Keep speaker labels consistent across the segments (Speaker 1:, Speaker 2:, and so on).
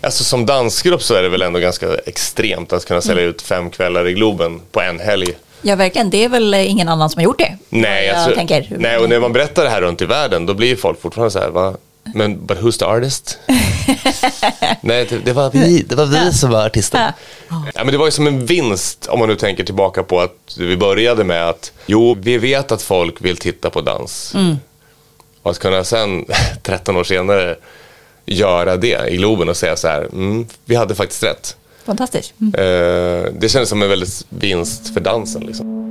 Speaker 1: Alltså som dansgrupp så är det väl ändå ganska extremt att kunna sälja ut 5 kvällar i Globen på en helg.
Speaker 2: Ja, verkligen. Det är väl ingen annan som har gjort det.
Speaker 1: Nej, nej, och när man berättar det här runt i världen, då blir folk fortfarande så här, va? Men but who's the artist? Nej, det var vi som var artister. Ja, men det var ju som en vinst om man nu tänker tillbaka på att vi började med att vi vet att folk vill titta på dans. Och att kunna sen 13 år senare göra det i Globen och säga så här, vi hade faktiskt rätt.
Speaker 2: Fantastiskt.
Speaker 1: Det känns som en väldigt vinst för dansen liksom.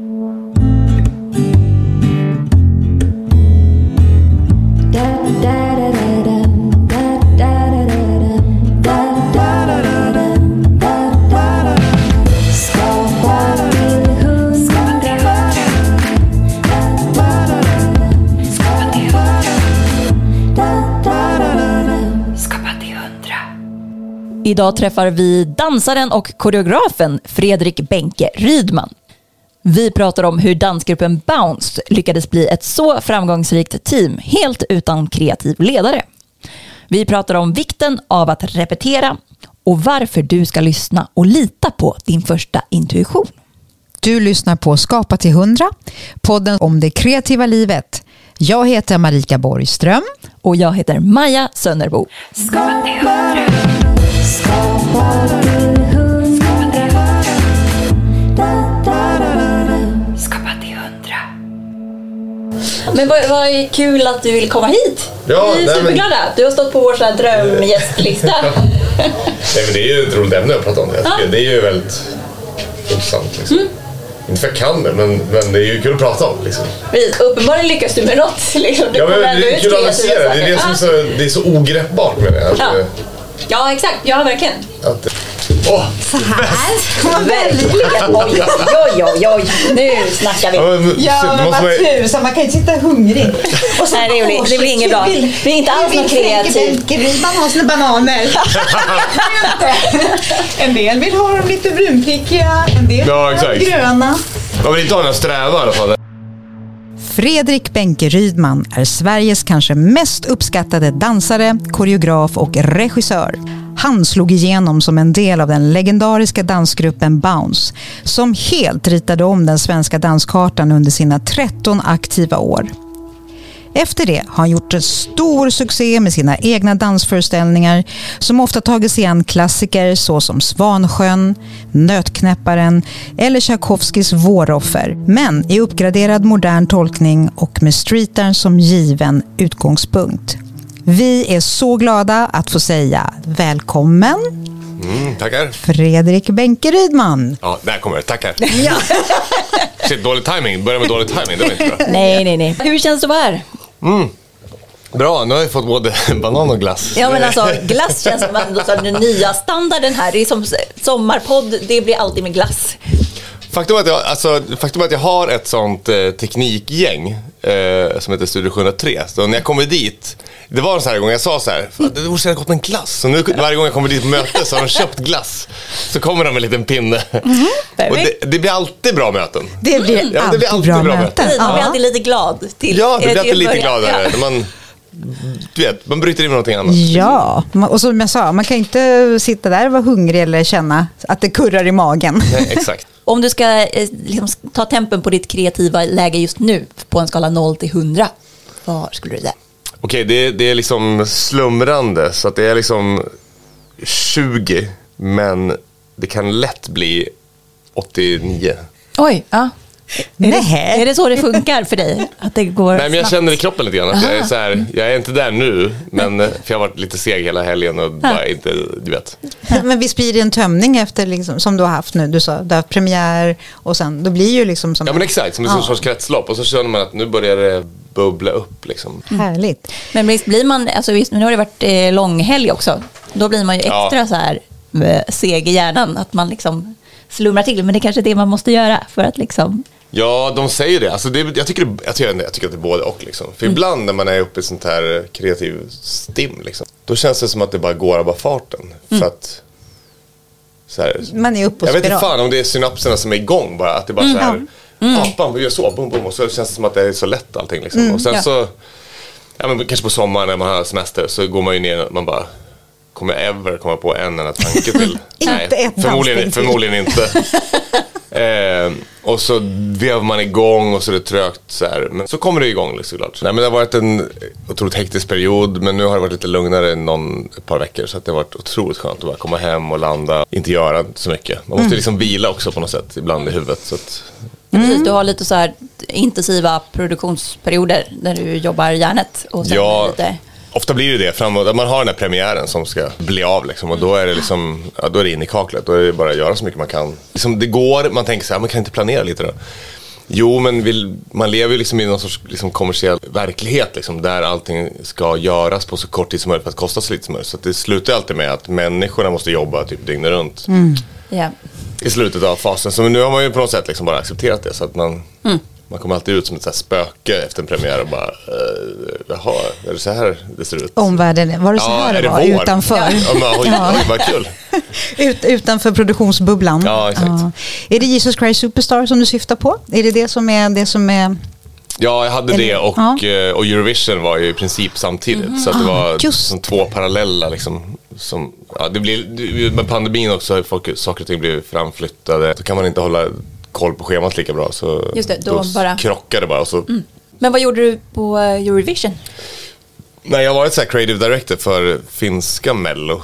Speaker 2: Idag träffar vi dansaren och koreografen Fredrik Benke Rydman. Vi pratar om hur dansgruppen Bounce lyckades bli ett så framgångsrikt team helt utan kreativ ledare. Vi pratar om vikten av att repetera och varför du ska lyssna och lita på din första intuition.
Speaker 3: Du lyssnar på Skapa till 100, podden om det kreativa livet. Jag heter Marika Borgström.
Speaker 2: Och jag heter Maja Sönnerbo.
Speaker 4: Skapa till 100. Skapa till 100. Skapa till 100.
Speaker 2: Men vad är kul att du vill komma hit.
Speaker 1: Ja,
Speaker 2: vi är superglada. Du har stått på vår sån här drömgästlista.
Speaker 1: Nej, men det är ju ett roligt ämne att prata om. Det är ju väldigt intressant liksom. Inte för jag kan det, men det är ju kul att prata om liksom.
Speaker 2: Uppenbarligen lyckas du med något liksom.
Speaker 1: Ja, men det är kul att analysera. Det är det som det är så ogreppbart med det.
Speaker 2: Ja, exakt. Ja, verkligen.
Speaker 3: Så här.
Speaker 2: Verkligen. Oj. Nu snackar vi.
Speaker 3: Ja, men vad tusan, man kan ju sitta hungrig. Och så,
Speaker 2: det blir inget bra. Det är inte alls något kreativt.
Speaker 3: Man har sina bananer. En del vill ha dem lite brunprickiga, en del vill ha dem gröna.
Speaker 1: Man vill inte ha någon sträva i alla fall.
Speaker 3: Fredrik Benke Rydman är Sveriges kanske mest uppskattade dansare, koreograf och regissör. Han slog igenom som en del av den legendariska dansgruppen Bounce, som helt ritade om den svenska danskartan under sina 13 aktiva år. Efter det har han gjort en stor succé med sina egna dansföreställningar som ofta tagit sig an klassiker såsom Svansjön, Nötknäpparen eller Tchaikovskys Våroffer, men i uppgraderad modern tolkning och med streetdance som given utgångspunkt. Vi är så glada att få säga välkommen.
Speaker 1: Tackar.
Speaker 3: Fredrik Benke Rydman.
Speaker 1: Ja, där kommer det. Tackar. Ja. Shit, dålig timing. Börja med dålig timing. Det var inte bra.
Speaker 2: Nej. Hur känns det att vara här?
Speaker 1: Bra, nu har jag fått både banan och glass.
Speaker 2: Ja, men alltså glass känns som den nya standarden här. Det är som sommarpodd, det blir alltid med glass.
Speaker 1: Faktum är att jag har ett sånt teknikgäng som heter Studio 703. Så när jag kommer dit, det var en sån här gång jag sa så här, det vore så gott med en glass. Så nu varje gång jag kommer dit på möte så har de köpt glass. Så kommer de med en liten pinne. Och det blir alltid bra möten.
Speaker 3: Det blir alltid bra möten.
Speaker 2: Man blir alltid lite glad.
Speaker 1: Det blir alltid lite gladare. Man bryter in med någonting annat.
Speaker 3: Ja, och som jag sa, man kan inte sitta där och vara hungrig eller känna att det kurrar i magen.
Speaker 1: Nej, exakt.
Speaker 2: Om du ska ta tempen på ditt kreativa läge just nu på en skala 0 till 100, var skulle du det?
Speaker 1: Okej, det är liksom slumrande, så att det är liksom 20, men det kan lätt bli 89.
Speaker 2: Tôi, ja.
Speaker 3: Nej.
Speaker 2: Är det så det funkar för dig? Att det går
Speaker 1: Nej, men jag
Speaker 2: snabbt?
Speaker 1: känner i kroppen lite grann att jag är så här, jag är inte där nu, men för jag har varit lite seg hela helgen och bara inte, du vet.
Speaker 3: Men visst blir det en tömning efter liksom, som du har haft nu, du sa, du har haft premiär och sen, då blir ju liksom som...
Speaker 1: Ja, men exakt, som en sorts kretslopp, och så känner man att nu börjar det bubbla upp liksom.
Speaker 3: Härligt.
Speaker 2: Men visst blir man, alltså visst, nu har det varit långhelg också, då blir man ju extra så här seg i hjärnan, att man liksom slumrar till, men det är kanske det man måste göra för att liksom...
Speaker 1: Ja, de säger det. Alltså jag tycker att det är både och liksom. För ibland när man är uppe i sånt här kreativ stim liksom, då känns det som att det bara går av bara farten. För att så här,
Speaker 3: man är uppe och
Speaker 1: jag vet inte
Speaker 3: spiral.
Speaker 1: fan om det är synapserna som är igång bara, att det bara så här, bam, vi gör så, bom, bom, och så känns det som att det är så lätt allting liksom. Och sen så, ja, men kanske på sommaren när man har semester så går man ju ner och man bara kommer jag ever komma på en enda tanke till.
Speaker 3: Inte ett danssteg till.
Speaker 1: Förmodligen inte. Och så vevar man igång och så är det trögt så här. Men så kommer det igång liksom, såklart. Nej, men det har varit en otroligt hektisk period, men nu har det varit lite lugnare ett par veckor, så att det har varit otroligt skönt att bara komma hem och landa, inte göra så mycket. Man måste liksom vila också på något sätt ibland i huvudet, så att...
Speaker 2: Precis, du har lite så här intensiva produktionsperioder där du jobbar hjärnet och sen lite...
Speaker 1: Ofta blir det framåt. Man har den här premiären som ska bli av liksom, och då är det liksom, då är det in i kaklet. Då är det bara att göra så mycket man kan. Liksom, det går, man tänker så här, man kan inte planera lite då. Jo, men man lever ju liksom i någon sorts liksom kommersiell verklighet liksom, där allting ska göras på så kort tid som möjligt för att kosta så lite som möjligt. Så att det slutar alltid med att människorna måste jobba typ dygnet runt.
Speaker 2: Yeah.
Speaker 1: I slutet av fasen. Så nu har man ju på något sätt liksom bara accepterat det, så att man kommer alltid ut som ett så här spöke efter en premiär och bara, jaha, är det så här det ser ut?
Speaker 3: Omvärlden, var det så här det var utanför?
Speaker 1: Ja, vad kul.
Speaker 3: Utanför produktionsbubblan.
Speaker 1: Ja, exakt. Ja.
Speaker 3: Är det Jesus Christ Superstar som du syftar på? Är det som är...
Speaker 1: Ja, jag hade det och Eurovision var ju i princip samtidigt. Så att det var som två parallella liksom, som, det blir, med pandemin också har saker och ting blivit framflyttade. Då kan man inte hålla koll på schemat lika bra, så
Speaker 2: just det, då bara
Speaker 1: krockade det bara. Så...
Speaker 2: Men vad gjorde du på Eurovision?
Speaker 1: Nej, jag var ett så här creative director för finska Mello.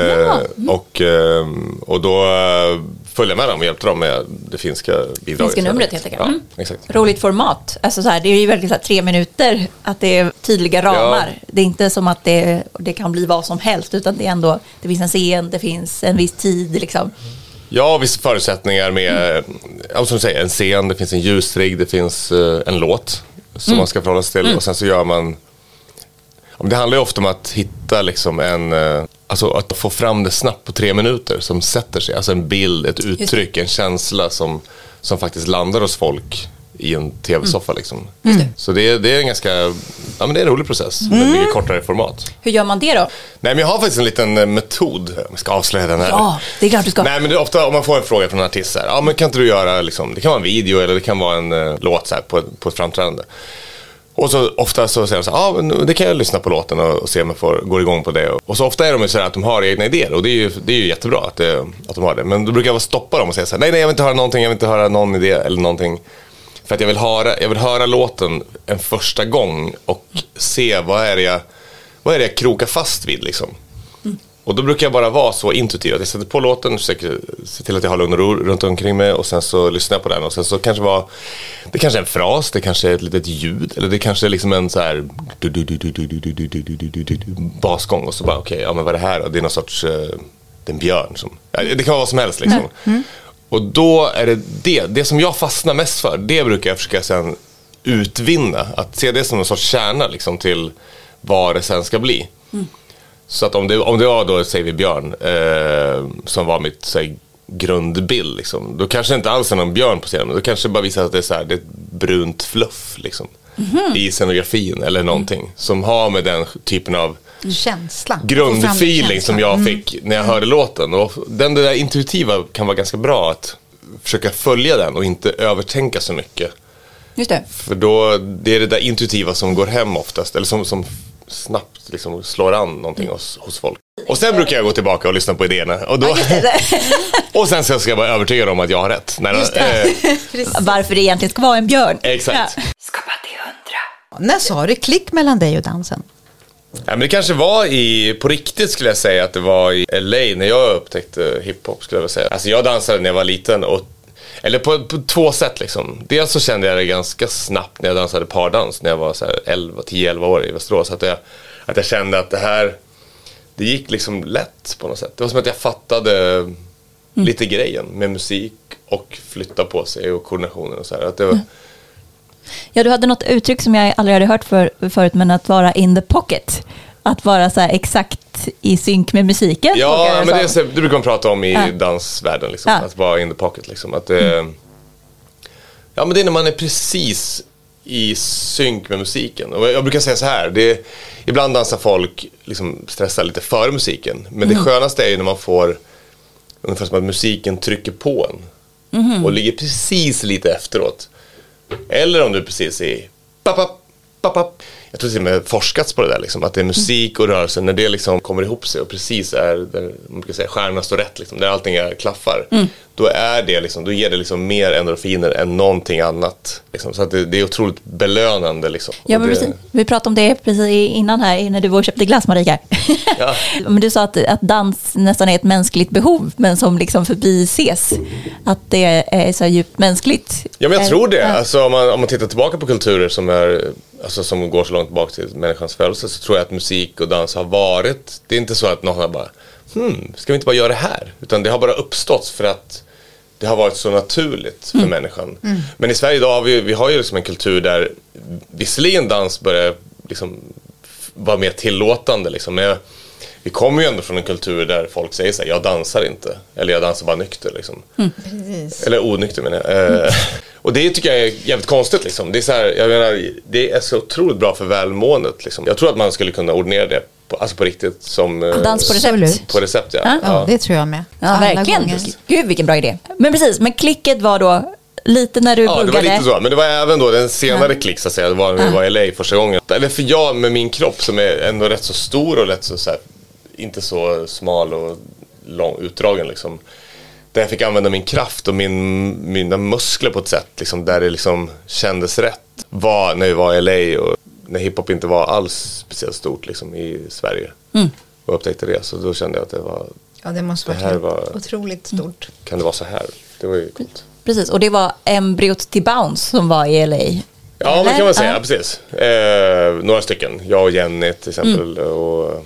Speaker 1: Och då följde jag med dem och hjälpte dem med det finska bidraget.
Speaker 2: Finska numret helt enkelt.
Speaker 1: Ja, exakt.
Speaker 2: Roligt format. Alltså så här, det är ju verkligen så här 3 minuter, att det är tydliga ramar. Ja. Det är inte som att det kan bli vad som helst, utan det är ändå, det finns en scen, det finns en viss tid liksom.
Speaker 1: Ja, vissa förutsättningar med, som du säger, en scen, det finns en ljusrigg, det finns en låt som man ska förhålla sig till. Och sen så gör man, det handlar ju ofta om att hitta liksom alltså att få fram det snabbt på 3 minuter som sätter sig. Alltså en bild, ett uttryck, en känsla som faktiskt landar hos folk i en tv-soffa liksom. Så det är en ganska, men det är en rolig process med mycket kortare format.
Speaker 2: Hur gör man det då?
Speaker 1: Nej, men jag har faktiskt en liten metod. Jag ska avslöja den här.
Speaker 2: Ja, det är klart du ska.
Speaker 1: Nej, men det är ofta om man får en fråga från en artist så här, men kan inte du göra liksom, det kan vara en video eller det kan vara en låt så här, på ett framträdande. Och så ofta så säger de så här, men det kan jag lyssna på låten och se om jag går igång på det. Och så ofta är de ju så här att de har egna idéer, och det är ju jättebra att de har det. Men då brukar jag stoppa dem och säga så här, nej, jag vill inte höra någonting, jag vill inte höra någon idé eller någonting. För att jag vill höra låten en första gång och se vad är det jag krokar fast vid liksom. Och då brukar jag bara vara så intuitiv att jag sätter på låten och försöker se till att jag har lugn och ro runt omkring mig, och sen så lyssnar jag på den, och sen så kanske det kanske är en fras, det kanske är ett litet ljud, eller det kanske är liksom en så här basgång, och så bara okej, men vad är det här? Det är någon sorts det är en björn som, det kan vara vad som helst liksom. Och då är det som jag fastnar mest för, det brukar jag försöka sen utvinna, att se det som en sorts kärna liksom till vad det sen ska bli. Så att om det var då, säger vi björn, som var mitt så här, grundbild liksom, då kanske det inte alls är någon björn på scenen, då kanske det bara visar att det är så här, det är ett brunt fluff liksom, i scenografin eller någonting som har med den typen av
Speaker 3: känsla,
Speaker 1: grundfeeling som jag fick när jag hörde låten. Och det där intuitiva kan vara ganska bra att försöka följa den och inte övertänka så mycket.
Speaker 2: Just det.
Speaker 1: För då, det är det där intuitiva som går hem oftast, eller som snabbt liksom slår an någonting hos folk. Och sen brukar jag gå tillbaka och lyssna på idéerna. Och, då, och sen ska jag vara övertygad om att jag har rätt.
Speaker 2: Varför det egentligen ska vara en björn.
Speaker 1: Exakt.
Speaker 4: Skapa till 100.
Speaker 3: När sa du klick mellan dig och dansen?
Speaker 1: Ja, men det kanske var på riktigt, skulle jag säga, att det var i LA när jag upptäckte hiphop, skulle jag säga. Alltså jag dansade när jag var liten, eller på 2 sätt liksom. Dels så kände jag det ganska snabbt när jag dansade pardans när jag var så här 10-11 år i Västerås, att jag kände att det gick liksom lätt på något sätt. Det var som att jag fattade lite grejen med musik och flytta på sig och koordinationen och så här. Att det var...
Speaker 2: Ja, du hade något uttryck som jag aldrig hade hört förut, men att vara in the pocket. Att vara så här exakt i synk med musiken.
Speaker 1: Ja, men det brukar man prata om i dansvärlden liksom, att vara in the pocket liksom, att ja, men det är när man är precis i synk med musiken. Och jag brukar säga så här, ibland dansar folk liksom stressar lite för musiken, men det skönaste är ju när man får ungefär som att musiken trycker på en och ligger precis lite efteråt. Eller om du precis är jag tror till och med forskats på det där liksom, att det är musik och rörelse, när det liksom kommer ihop sig och precis är där man brukar säga stjärnorna står rätt liksom, där allting är klaffar. Då är det liksom, då ger det liksom mer endorfiner än någonting annat liksom, så att det är otroligt belönande liksom.
Speaker 2: Ja, men precis. Vi pratade om det precis innan här när du var och köpte glass, Marika. Ja. Men du sa att dans nästan är ett mänskligt behov, men som liksom förbises, att det är så djupt mänskligt.
Speaker 1: Ja, men jag tror det. Alltså, om man tittar tillbaka på kulturer som går så långt tillbaka till människans födelse, så tror jag att musik och dans har varit, det är inte så att någon har bara ska vi inte bara göra det här? Utan det har bara uppstått för att det har varit så naturligt för människan. Men i Sverige idag vi har ju liksom en kultur där visserligen dans börjar liksom vara mer tillåtande liksom. Men vi kommer ju ändå från en kultur där folk säger så här: jag dansar inte, eller jag dansar bara nykter liksom. Eller onykter menar jag. Och det tycker jag är jävligt konstigt liksom. Det är så här, jag menar, det är så otroligt bra för välmåendet liksom. Jag tror att man skulle kunna ordinera det på riktigt som
Speaker 2: dans på recept.
Speaker 1: På recept,
Speaker 3: ja, det tror jag med.
Speaker 2: Ja, verkligen. Gud, vilken bra idé. Men precis, men klicket var då lite när du buggade.
Speaker 1: Ja, det var lite så. Men det var även då den senare klick så att säga. Det var när vi var i LA första gången. Eller för jag med min kropp som är ändå rätt så stor och rätt så här, inte så smal och lång, utdragen liksom. Där jag fick använda min kraft och mina muskler på ett sätt liksom, där det liksom kändes rätt. Var när vi var i LA och när hiphop inte var alls speciellt stort liksom, i Sverige. Och upptäckte det, så då kände jag att det var...
Speaker 3: Ja, det måste vara otroligt stort.
Speaker 1: Kan det vara så här? Det var ju coolt.
Speaker 2: Precis, och det var embryot till Bounce som var i LA.
Speaker 1: Ja, det kan man säga, precis. Några stycken. Jag och Jenny till exempel. Och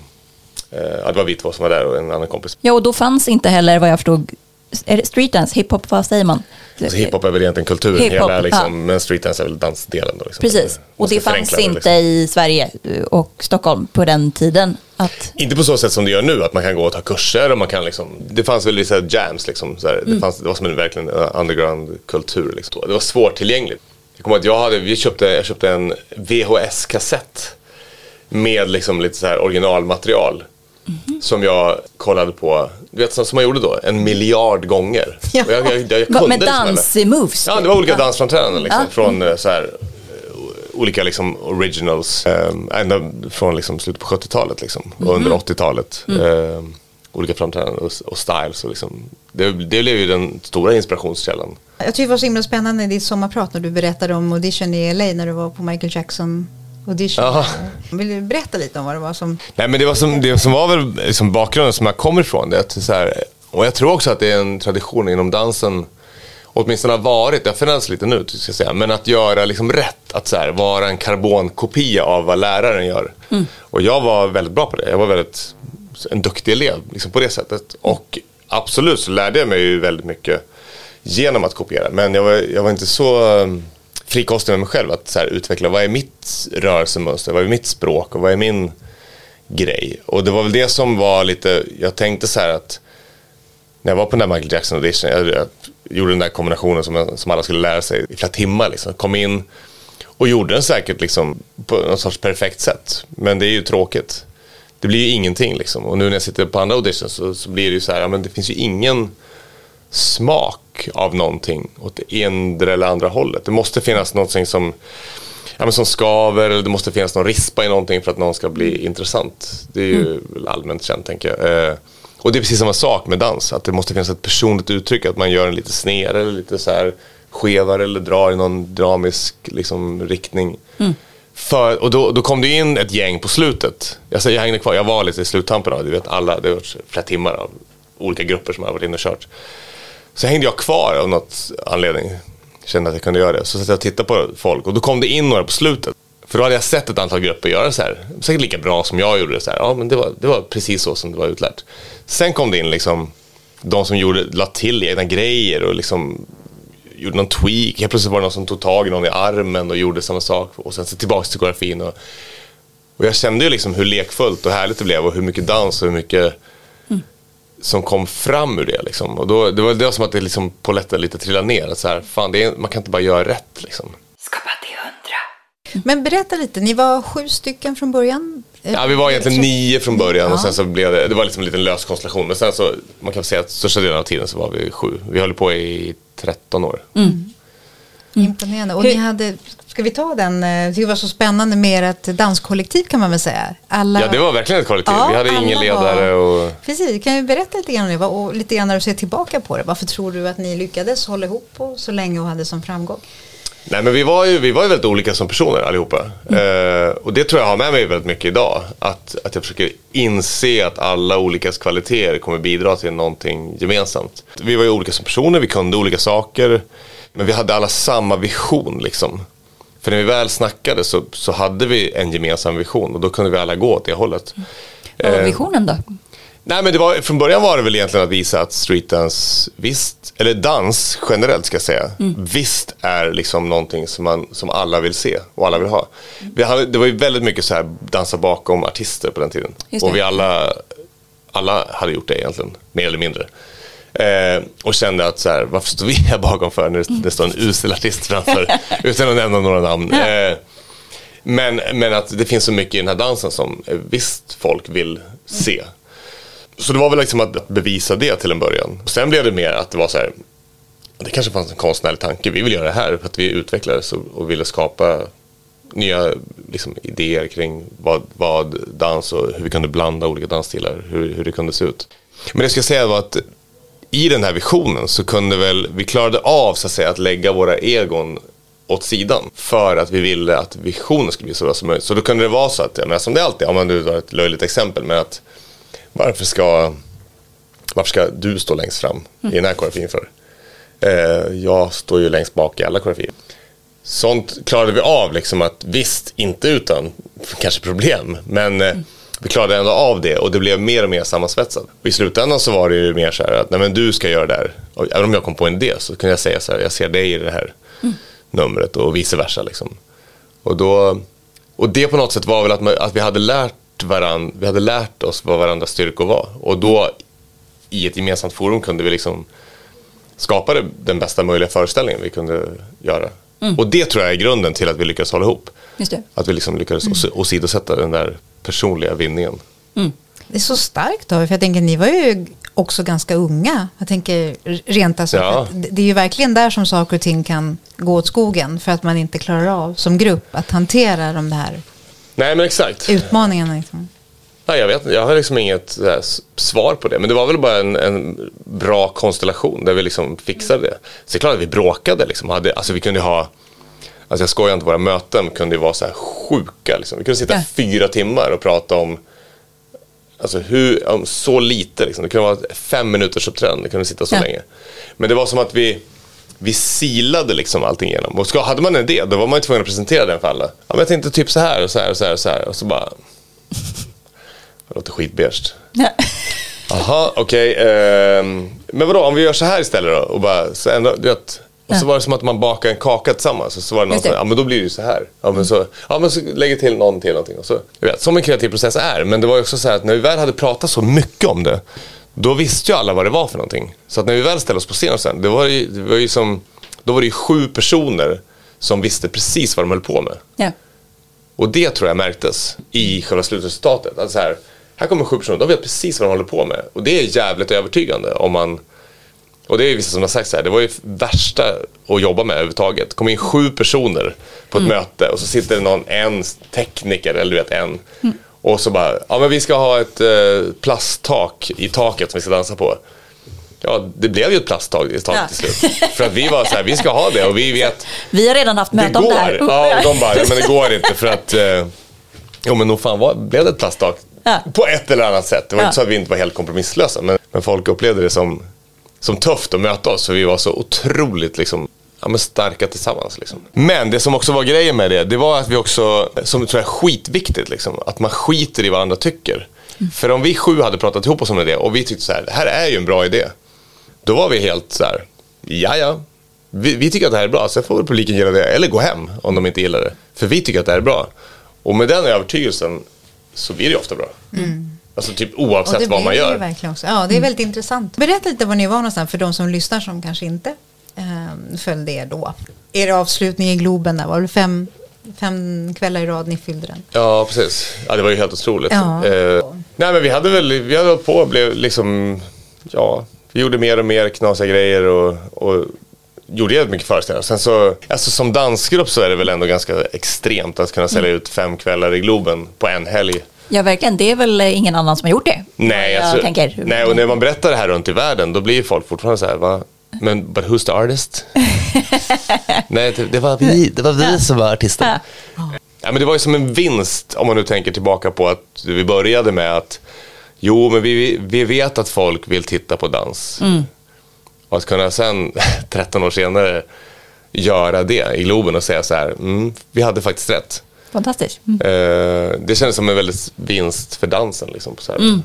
Speaker 1: det var vi två som var där och en annan kompis.
Speaker 2: Ja, och då fanns inte heller, vad jag förstod, är det streetdance, hiphop, vad säger man?
Speaker 1: Alltså, hiphop är väl egentligen kulturen, hela, liksom, men streetdance är väl dansdelen. Då, liksom.
Speaker 2: Precis, och det fanns inte liksom i Sverige och Stockholm på den tiden.
Speaker 1: Inte på så sätt som det gör nu, att man kan gå och ta kurser och man kan liksom, det fanns väl lite jams liksom, så här, det var som en verkligen underground-kultur liksom. Det var svårtillgängligt. Jag kommer ihåg att jag köpte en VHS-kassett med liksom lite så här originalmaterial som jag kollade på, du vet, som man gjorde då 1 miljard gånger.
Speaker 2: Ja.
Speaker 1: Och jag kunde
Speaker 2: med dans-moves.
Speaker 1: Ja, det var olika dansframträdanden liksom, från så här olika liksom originals ända från liksom slutet på 70-talet liksom, och under 80-talet. Olika framträdanden och styles och liksom, det blev ju den stora inspirationskällan.
Speaker 3: Jag tycker det var så himla spännande i ditt sommarprat när du berättade om audition i LA när du var på Michael Jackson audition. Aha. Vill du berätta lite om vad det var som... Nej, men det som var väl liksom bakgrunden som jag kommer ifrån, det är så här, och jag tror också att det är en tradition inom dansen, åtminstone har varit, det har förändrats lite nu ska jag säga, men att göra liksom rätt, att så här, vara en karbonkopia av vad läraren gör. Och jag var väldigt bra på det. Jag var en duktig elev liksom, på det sättet. Och absolut så lärde jag mig ju väldigt mycket genom att kopiera. Men jag var inte så frikostig med mig själv att så här, utveckla vad är mitt rörelsemönster, vad är mitt språk och vad är min grej. Och det var väl det som var lite, jag tänkte så här att när jag var på den där Michael Jackson audition, jag gjorde den där kombinationen som alla skulle lära sig i flera timmar liksom. Kom in och gjorde den säkert liksom på något sorts perfekt sätt. Men det är ju tråkigt. Det blir ju ingenting liksom. Och nu när jag sitter på andra auditions så blir det ju så här, ja, men det finns ju ingen smak av någonting åt det ena eller andra hållet. Det måste finnas någonting som skaver, eller det måste finnas någon rispa i någonting för att någon ska bli intressant. Det är ju allmänt känt, tänker jag. Och det är precis samma sak med dans, att det måste finnas ett personligt uttryck, att man gör en lite snedare eller lite så här skevare eller drar i någon dramisk liksom, riktning. Och då kom det in ett gäng på slutet. Jag hängde kvar, jag var lite i sluttampen, du vet, alla, det var flera timmar av olika grupper som har varit inne och kört. Så hängde jag kvar av något anledning, kände att jag kunde göra det. Så satt jag och tittade på folk och då kom det in några på slutet. För då hade jag sett ett antal grupper göra så här, säkert lika bra som jag gjorde det så här. Ja, men det var precis så som det var utlärt. Sen kom det in liksom de som la till egna grejer och liksom gjorde någon tweak. Helt plötsligt var det någon som tog tag i någon i armen och gjorde samma sak. Och sen så tillbaka till koreografin. Och jag kände ju liksom hur lekfullt och härligt det blev och hur mycket dans och hur mycket som kom fram ur det liksom. Och då, det var det som att det liksom polletten lite trillade ner. Att så här, fan, man kan inte bara göra rätt liksom.
Speaker 4: Skapa till 100.
Speaker 3: Men berätta lite, ni var 7 stycken från början?
Speaker 1: Ja, vi var egentligen 9 från början och sen så blev det var liksom en liten lös konstellation. Men sen så, man kan säga att största delen av tiden så var vi 7. Vi höll på i 13 år.
Speaker 3: Imponerande. Och ni hade Ska vi ta den? Jag tycker det var så spännande med ett danskollektiv kan man väl säga.
Speaker 1: Ja, det var verkligen ett kollektiv. Vi hade ingen ledare. Och...
Speaker 3: Precis, kan du berätta lite grann om det och lite grann när du ser tillbaka på det? Varför tror du att ni lyckades hålla ihop och så länge och hade som framgång?
Speaker 1: Nej, men vi var ju väldigt olika som personer allihopa. Och det tror jag har med mig väldigt mycket idag. Att jag försöker inse att alla olika kvaliteter kommer bidra till någonting gemensamt. Vi var ju olika som personer, vi kunde olika saker. Men vi hade alla samma vision liksom. För när vi väl snackade så hade vi en gemensam vision. Och då kunde vi alla gå åt det hållet.
Speaker 2: Vad var visionen då?
Speaker 1: Nej, men från början var det väl egentligen att visa att streetdance visst, eller dans generellt ska jag säga, visst är liksom någonting som alla vill se och alla vill ha. Det var ju väldigt mycket så här dansa bakom artister på den tiden. Och vi alla hade gjort det egentligen, mer eller mindre. Och kände att så här, varför står vi här bakom för när det står en usel artist framför utan att nämna några namn. Men att det finns så mycket i den här dansen som visst folk vill se. Så det var väl liksom att bevisa det till en början. Och sen blev det mer att det var så här, det kanske fanns en konstnärlig tanke. Vi vill göra det här för att vi utvecklades och ville skapa nya liksom, idéer kring vad dans och hur vi kunde blanda olika dansstilar, hur det kunde se ut. Men det jag ska säga var att i den här visionen så kunde vi klarade av så att säga att lägga våra egon åt sidan för att vi ville att visionen skulle bli så bra som möjligt. Så då kunde det vara så att, men som det alltid, om man nu har ett löjligt exempel med att varför ska du stå längst fram i den här koreografin för? Jag står ju längst bak i alla koreografier. Sånt klarade vi av liksom att visst, inte utan kanske problem, men vi klarade ändå av det och det blev mer och mer sammansvetsat. Och i slutändan så var det ju mer så här att nej, men du ska göra det här. Och även om jag kom på en idé så kunde jag säga så här, jag ser dig i det här numret och vice versa liksom. Och det på något sätt var väl att vi hade lärt oss vad varandras styrkor var. Och då i ett gemensamt forum kunde vi liksom skapa den bästa möjliga föreställningen vi kunde göra. Och det tror jag är grunden till att vi lyckades hålla ihop.
Speaker 2: Just det.
Speaker 1: Att vi liksom lyckades åsidosätta den där personliga vinningen.
Speaker 3: Det är så starkt då, för jag tänker ni var ju också ganska unga. Jag tänker rent alltså,
Speaker 1: ja.
Speaker 3: Det är ju verkligen där som saker och ting kan gå åt skogen för att man inte klarar av som grupp att hantera de här
Speaker 1: Nej, men exakt.
Speaker 3: utmaningarna. Liksom.
Speaker 1: Nej, jag vet inte, jag har liksom inget svar på det. Men det var väl bara en bra konstellation där vi liksom fixade det. Så det är klart att vi bråkade liksom. Alltså vi kunde ha, alltså jag skojar inte, våra möten kunde ju vara så här sjuka liksom. Vi kunde sitta 4 timmar och prata om alltså om så lite liksom. Det kunde vara 5 minuters uppträdande, det kunde sitta så länge. Men det var som att vi silade liksom allting igenom. Och hade man en idé, då var man ju tvungen att presentera den för alla. Ja, men jag tänkte typ så här och så här och så här och så här. Och så bara det låter skitberst. Jaha, okej. Men vadå, om vi gör så här istället då? Och bara, så ändå, du vet. Och så var det som att man bakade en kaka tillsammans. Och så var det någon som, ja men då blir det ju så här. Ja men så lägger till någonting. Och så, jag vet, som en kreativ process är. Men det var ju också så här att när vi väl hade pratat så mycket om det, då visste ju alla vad det var för någonting. Så att när vi väl ställde oss på scenen sen, då var det ju 7 personer som visste precis vad de höll på med.
Speaker 2: Ja.
Speaker 1: Och det tror jag märktes i själva slutresultatet. Alltså här kommer 7 personer, de vet precis vad de håller på med. Och det är jävligt övertygande om man... Och det är ju vissa som har sagt så här, det var ju värsta att jobba med överhuvudtaget. Det kommer in 7 personer på ett möte och så sitter det en tekniker eller du vet en. Och så bara, ja men vi ska ha ett plasttak i taket som vi ska dansa på. Ja, det blev ju ett plasttak i taket till slut. För att vi var så här, vi ska ha det och vi vet...
Speaker 2: Vi har redan haft möte om det här.
Speaker 1: Ja, och de bara, men det går inte för att... Jo men nog fan, blev det ett plasttak? Ja. På ett eller annat sätt. Det var inte så att vi inte var helt kompromisslösa. Men folk upplevde det som tufft att möta oss. För vi var så otroligt liksom, starka tillsammans. Liksom. Men det som också var grejen med det var att vi också, som tror jag är skitviktigt, liksom, att man skiter i vad andra tycker. För om vi 7 hade pratat ihop oss om det och vi tyckte så här, det här är ju en bra idé. Då var vi helt så här, ja. Vi tycker att det här är bra, så får publiken gilla det. Eller gå hem om de inte gillar det. För vi tycker att det här är bra. Och med den övertygelsen så blir det ofta bra. Alltså typ oavsett vad man gör.
Speaker 3: Det verkligen också. Ja, det är väldigt intressant. Berätta lite var ni var någonstans för de som lyssnar som kanske inte följde er då. Er avslutning i Globen där, var det 5 kvällar i rad ni fyllde den?
Speaker 1: Ja, precis. Ja, det var ju helt otroligt.
Speaker 3: Ja.
Speaker 1: Nej, men vi hade på och blev liksom, ja, vi gjorde mer och mer knasiga grejer och gjorde jag mycket föreställningar. Sen så, alltså som dansgrupp så är det väl ändå ganska extremt att kunna sälja ut 5 kvällar i Globen på en helg.
Speaker 2: Ja, verkligen. Det är väl ingen annan som har gjort det.
Speaker 1: Nej, nej, och när man berättar det här runt i världen, då blir folk fortfarande så här, va? Men but who's the artist? Nej, det var vi som var artister. Ja, men det var ju som en vinst om man nu tänker tillbaka på att vi började med att men vi vet att folk vill titta på dans. Och att kunna sen 13 år senare göra det i Globen och säga så här, vi hade faktiskt rätt.
Speaker 2: Fantastiskt.
Speaker 1: Det känns som en väldigt vinst för dansen liksom, på så här,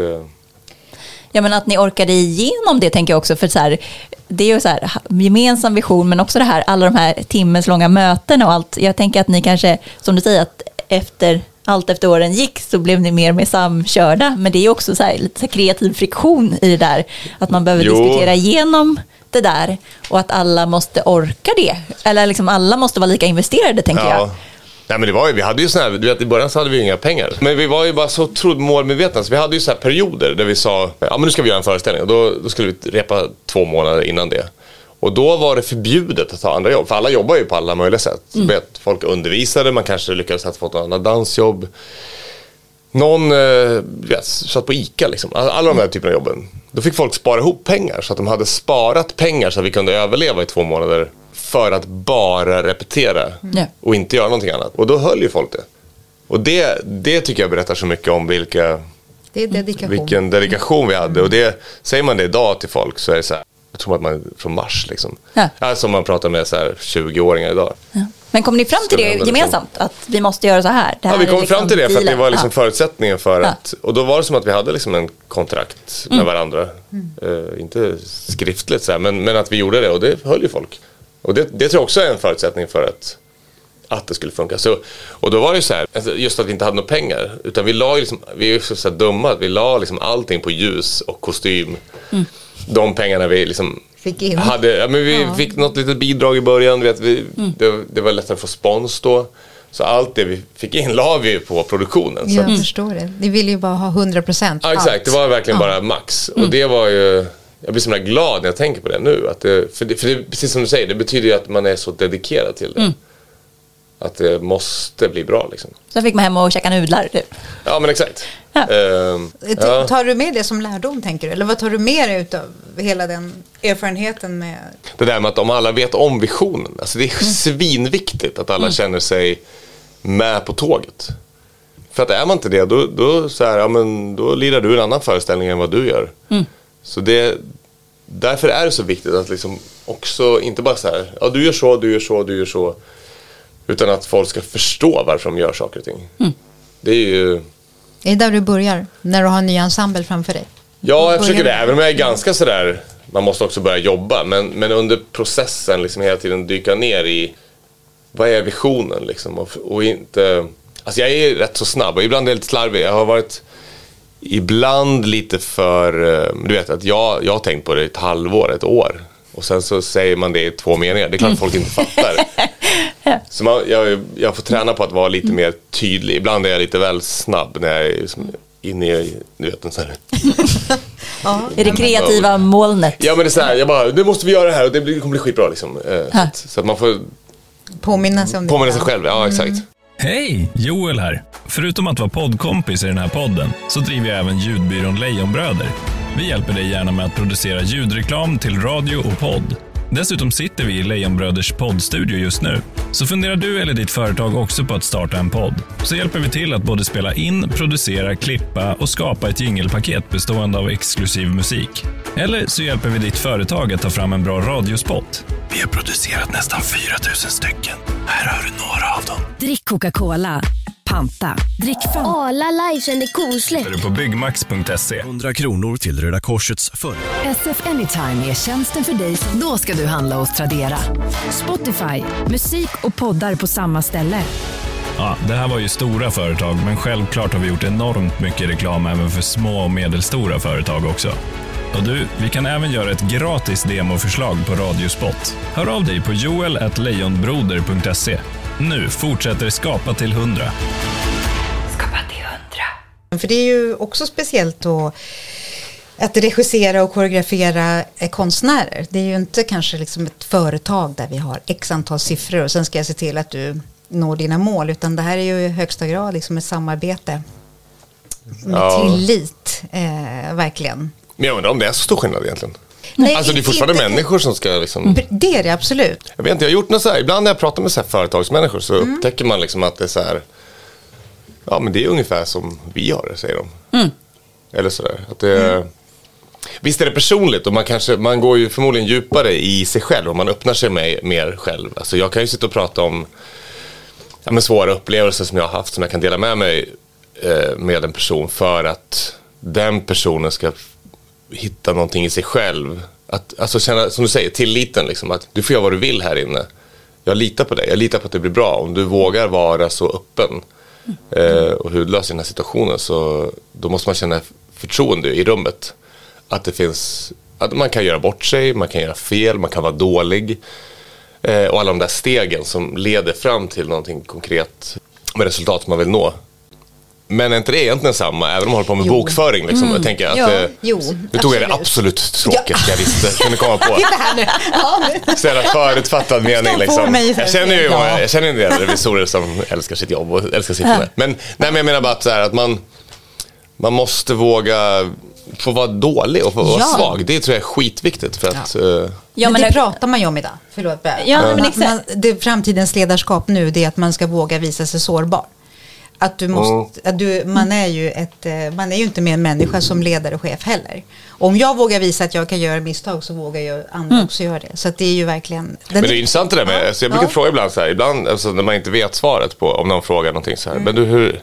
Speaker 2: Ja, men att ni orkade igenom det tänker jag också, för så här, det är ju så här gemensam vision, men också det här, alla de här timmeslånga möten och allt. Jag tänker att ni kanske, som du säger, att efter åren gick så blev ni mer och mer samkörda, men det är ju också så här, lite så här kreativ friktion i det där, att man behöver diskutera igenom det där och att alla måste orka det, eller liksom alla måste vara lika investerade, tänker jag.
Speaker 1: Nej, men det var ju, vi hade ju såna här, du vet, i början så hade vi inga pengar. Men vi var ju bara så otroligt målmedvetna, så vi hade ju så här perioder där vi sa, men nu ska vi göra en föreställning, och då skulle vi repa 2 månader innan det. Och då var det förbjudet att ta andra jobb, för alla jobbar ju på alla möjliga sätt. Vet, folk undervisade, man kanske lyckades ha fått något annat dansjobb. Någon satt på ICA liksom, alla de här typerna av jobben. Då fick folk spara ihop pengar, så att de hade sparat pengar så att vi kunde överleva i 2 månader. För att bara repetera och inte göra någonting annat. Och då höll ju folk det. Och det tycker jag berättar så mycket om vilken dedikation vi hade. Och det, säger man det idag till folk så är det så här, jag tror att man är från Mars liksom. Alltså man pratar med så här 20-åringar idag. Ja.
Speaker 2: Men kom ni fram till det gemensamt? Att vi måste göra så här?
Speaker 1: Vi kom fram till det för att det var liksom förutsättningen för att... Och då var det som att vi hade liksom en kontrakt med varandra. Inte skriftligt så här, men att vi gjorde det. Och det höll ju folk. Och det tror jag också är en förutsättning för att det skulle funka. Så, och då var det ju så här, just att vi inte hade några pengar. Utan vi la ju liksom, vi är ju så här dumma att vi la liksom allting på ljus och kostym. De pengarna vi liksom
Speaker 3: fick in.
Speaker 1: Hade, men vi fick något litet bidrag i början. Vet, det var lättare att få spons då. Så allt det vi fick in la vi på produktionen.
Speaker 3: Jag förstår det. Ni ville ju bara ha 100%.
Speaker 1: Ja, exakt. Det var verkligen bara max. Och det var ju... Jag blir så himla glad när jag tänker på det nu. Att för det, precis som du säger, det betyder ju att man är så dedikerad till det. Att det måste bli bra liksom.
Speaker 2: Så fick man hem och käka nudlar typ.
Speaker 1: Ja, men exakt.
Speaker 3: Tar du med det som lärdom, tänker du? Eller vad tar du med dig utav hela den erfarenheten med...
Speaker 1: Det där med att om alla vet om visionen. Alltså det är svinviktigt att alla känner sig med på tåget. För att är man inte det, då så här, då lirar du en annan föreställning än vad du gör. Så därför är det så viktigt att liksom också inte bara så här, du gör så, du gör så, du gör så, utan att folk ska förstå varför de gör saker och ting. Det är ju...
Speaker 3: Är det där du börjar, när du har en ny ensemble framför dig?
Speaker 1: Ja, jag försöker det, även om jag är ganska sådär, man måste också börja jobba, men under processen liksom hela tiden dyka ner i vad är visionen liksom, och inte... Alltså jag är rätt så snabb och ibland är jag lite slarvig. Jag har varit ibland lite för... Du vet att jag har tänkt på det ett halvår, ett år. Och sen så säger man det i 2 meningar. Det är klart att folk inte fattar. Så jag får träna på att vara lite mer tydlig. Ibland är jag lite väl snabb när jag är liksom inne i... Du vet, en sån här...
Speaker 2: Är det kreativa molnet?
Speaker 1: Ja, men det är så här, jag bara, nu måste vi göra det här och det kommer bli skitbra liksom. Så att man får...
Speaker 3: Påminna sig om det.
Speaker 1: Påminna sig själv, ja exakt.
Speaker 5: Hej, Joel här. Förutom att vara poddkompis i den här podden så driver jag även ljudbyrån Lejonbröder. Vi hjälper dig gärna med att producera ljudreklam till radio och podd. Dessutom sitter vi i Lejonbröders poddstudio just nu. Så funderar du eller ditt företag också på att starta en podd, så hjälper vi till att både spela in, producera, klippa och skapa ett jingelpaket bestående av exklusiv musik. Eller så hjälper vi ditt företag att ta fram en bra radiospot. Vi har producerat nästan 4000 stycken. Här har du några av dem.
Speaker 6: Drick Coca-Cola. Panta. Drick fan.
Speaker 7: Arla Live är kosläpp.
Speaker 5: Är du på byggmax.se.
Speaker 8: 100 kronor till Röda Korsets följd.
Speaker 6: SF Anytime är tjänsten för dig. Då ska du handla hos Tradera. Spotify. Musik och poddar på samma ställe.
Speaker 5: Ja, det här var ju stora företag, men självklart har vi gjort enormt mycket reklam även för små och medelstora företag också. Och du, vi kan även göra ett gratis demoförslag på Radiospot. Hör av dig på joel@lejonbroder.se. Nu fortsätter Skapa till 100.
Speaker 4: Skapa till 100.
Speaker 3: För det är ju också speciellt att Att regissera och koreografera konstnärer. Det är ju inte kanske liksom ett företag där vi har x antal siffror och sen ska jag se till att du når dina mål. Utan det här är ju i högsta grad liksom ett samarbete med tillit, verkligen.
Speaker 1: Men jag undrar om det är så stor skillnad egentligen.
Speaker 3: Nej,
Speaker 1: alltså det är fortfarande människor som ska liksom...
Speaker 3: Det är det absolut.
Speaker 1: Jag vet inte, jag har gjort något så här. Ibland när jag pratar med så här företagsmänniskor så upptäcker man liksom att det är så här... Ja, men det är ungefär som vi har det, säger de. Eller sådär. Att det, visst är det personligt och man går ju förmodligen djupare i sig själv och man öppnar sig mer själv. Alltså jag kan ju sitta och prata om svåra upplevelser som jag har haft som jag kan dela med mig med en person för att den personen ska hitta någonting i sig själv. Alltså känna, som du säger, tilliten liksom, att du får göra vad du vill här inne. Jag litar på dig, jag litar på att det blir bra. Om du vågar vara så öppen och hudlös i den här situationen, så då måste man känna förtroende i rummet. Att det finns, att man kan göra bort sig, man kan göra fel, man kan vara dålig. Och alla de där stegen som leder fram till någonting konkret med resultat som man vill nå. Men är inte det egentligen samma, även om man håller på med bokföring liksom? Jag tänker att nu tog jag det absolut tråkigaste jag visste kunde komma på. Så jävla förutfattad mening liksom. Jag känner ju en del revisorer som älskar sitt jobb och älskar sitt med. Men jag menar bara att, så här, att man måste våga få vara dålig och få vara svag. Det tror jag är skitviktigt för att...
Speaker 3: men det pratar man ju om idag. Förlåt. Det framtidens ledarskap nu, det är att man ska våga visa sig sårbar. Att du måste, man är ju inte mer en människa som ledare och chef heller. Och om jag vågar visa att jag kan göra misstag, så vågar jag andra också göra det. Så att det är ju verkligen...
Speaker 1: Men det är intressant det där med, alltså jag brukar fråga ibland alltså, när man inte vet svaret på, om någon frågar någonting så här. Men du, hur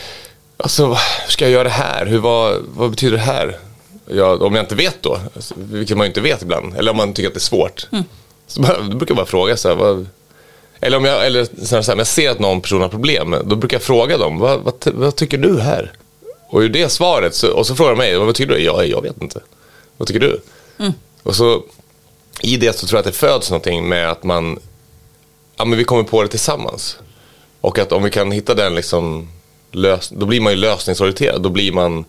Speaker 1: ska jag göra det här? Vad betyder det här? Om jag inte vet då, alltså, vilket man ju inte vet ibland, eller om man tycker att det är svårt, så då brukar jag bara fråga så här, eller om jag ser att någon person har problem, då brukar jag fråga dem, vad tycker du här? Och i det svaret, och så frågar de mig, vad tycker du? Jag vet inte. Vad tycker du? Och så i det så tror jag att det föds någonting med att men vi kommer på det tillsammans. Och att om vi kan hitta den liksom, då blir man ju lösningsorienterad, då blir man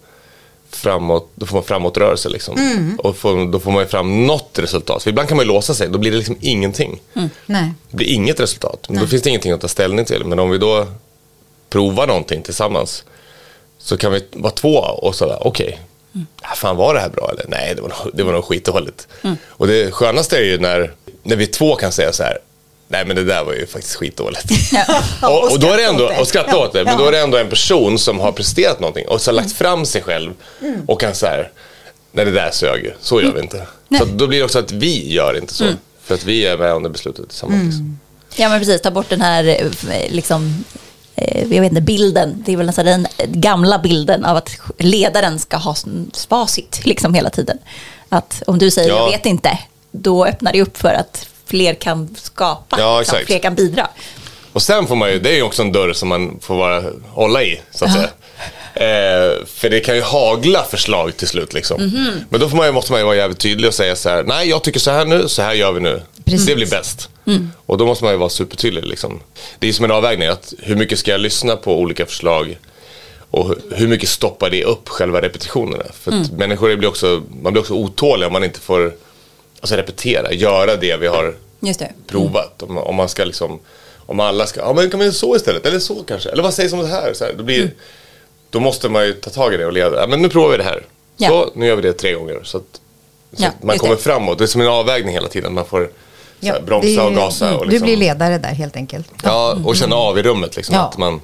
Speaker 1: då får man framåtrörelse liksom. Och då får man ju fram något resultat. För ibland kan man ju låsa sig, då blir det liksom ingenting.
Speaker 3: Nej.
Speaker 1: Det blir inget resultat. Men då finns det ingenting att ta ställning till. Men om vi då provar någonting tillsammans, så kan vi vara två och sådär, okej. Fan, var det här bra eller? Nej, det var nog skitdåligt. Och det skönaste är ju när vi två kan säga så här: nej, men det där var ju faktiskt skitdåligt. och då är det ändå, och skratta åt det, men då är det ändå en person som har presterat någonting och så har lagt fram sig själv och kan så här, nej, det där sög, så gör vi inte. Så då blir det också att vi gör inte så, för att vi är med under beslutet tillsammans. Liksom.
Speaker 2: Ja, men precis, ta bort den här liksom, jag vet inte, bilden. Det är väl nästan den gamla bilden av att ledaren ska ha facit liksom hela tiden. Att om du säger jag vet inte, då öppnar det upp för att fler kan skapa, liksom, fler kan bidra. Och
Speaker 1: sen får man ju, det är ju också en dörr som man får hålla i, så att säga. För det kan ju hagla förslag till slut liksom. Men då måste man ju vara jävligt tydlig och säga så här: nej, jag tycker så här nu, så här gör vi nu. Precis. Det blir bäst. Och då måste man ju vara supertydlig liksom. Det är som en avvägning, att hur mycket ska jag lyssna på olika förslag och hur mycket stoppar det upp själva repetitionerna. För att människor blir också otåliga om man inte får repetera, göra det vi har provat. Om man ska liksom, om alla ska, men kan man så istället, eller så kanske, eller vad sägs om det här, så här, det blir, då måste man ju ta tag i det och leda. Men nu provar vi det här. Så nu gör vi det 3 gånger så att man kommer framåt. Det är som en avvägning hela tiden. Man får här, bromsa och gasa och liksom,
Speaker 3: du blir ledare där helt enkelt.
Speaker 1: Ja, och känna av i rummet liksom, att man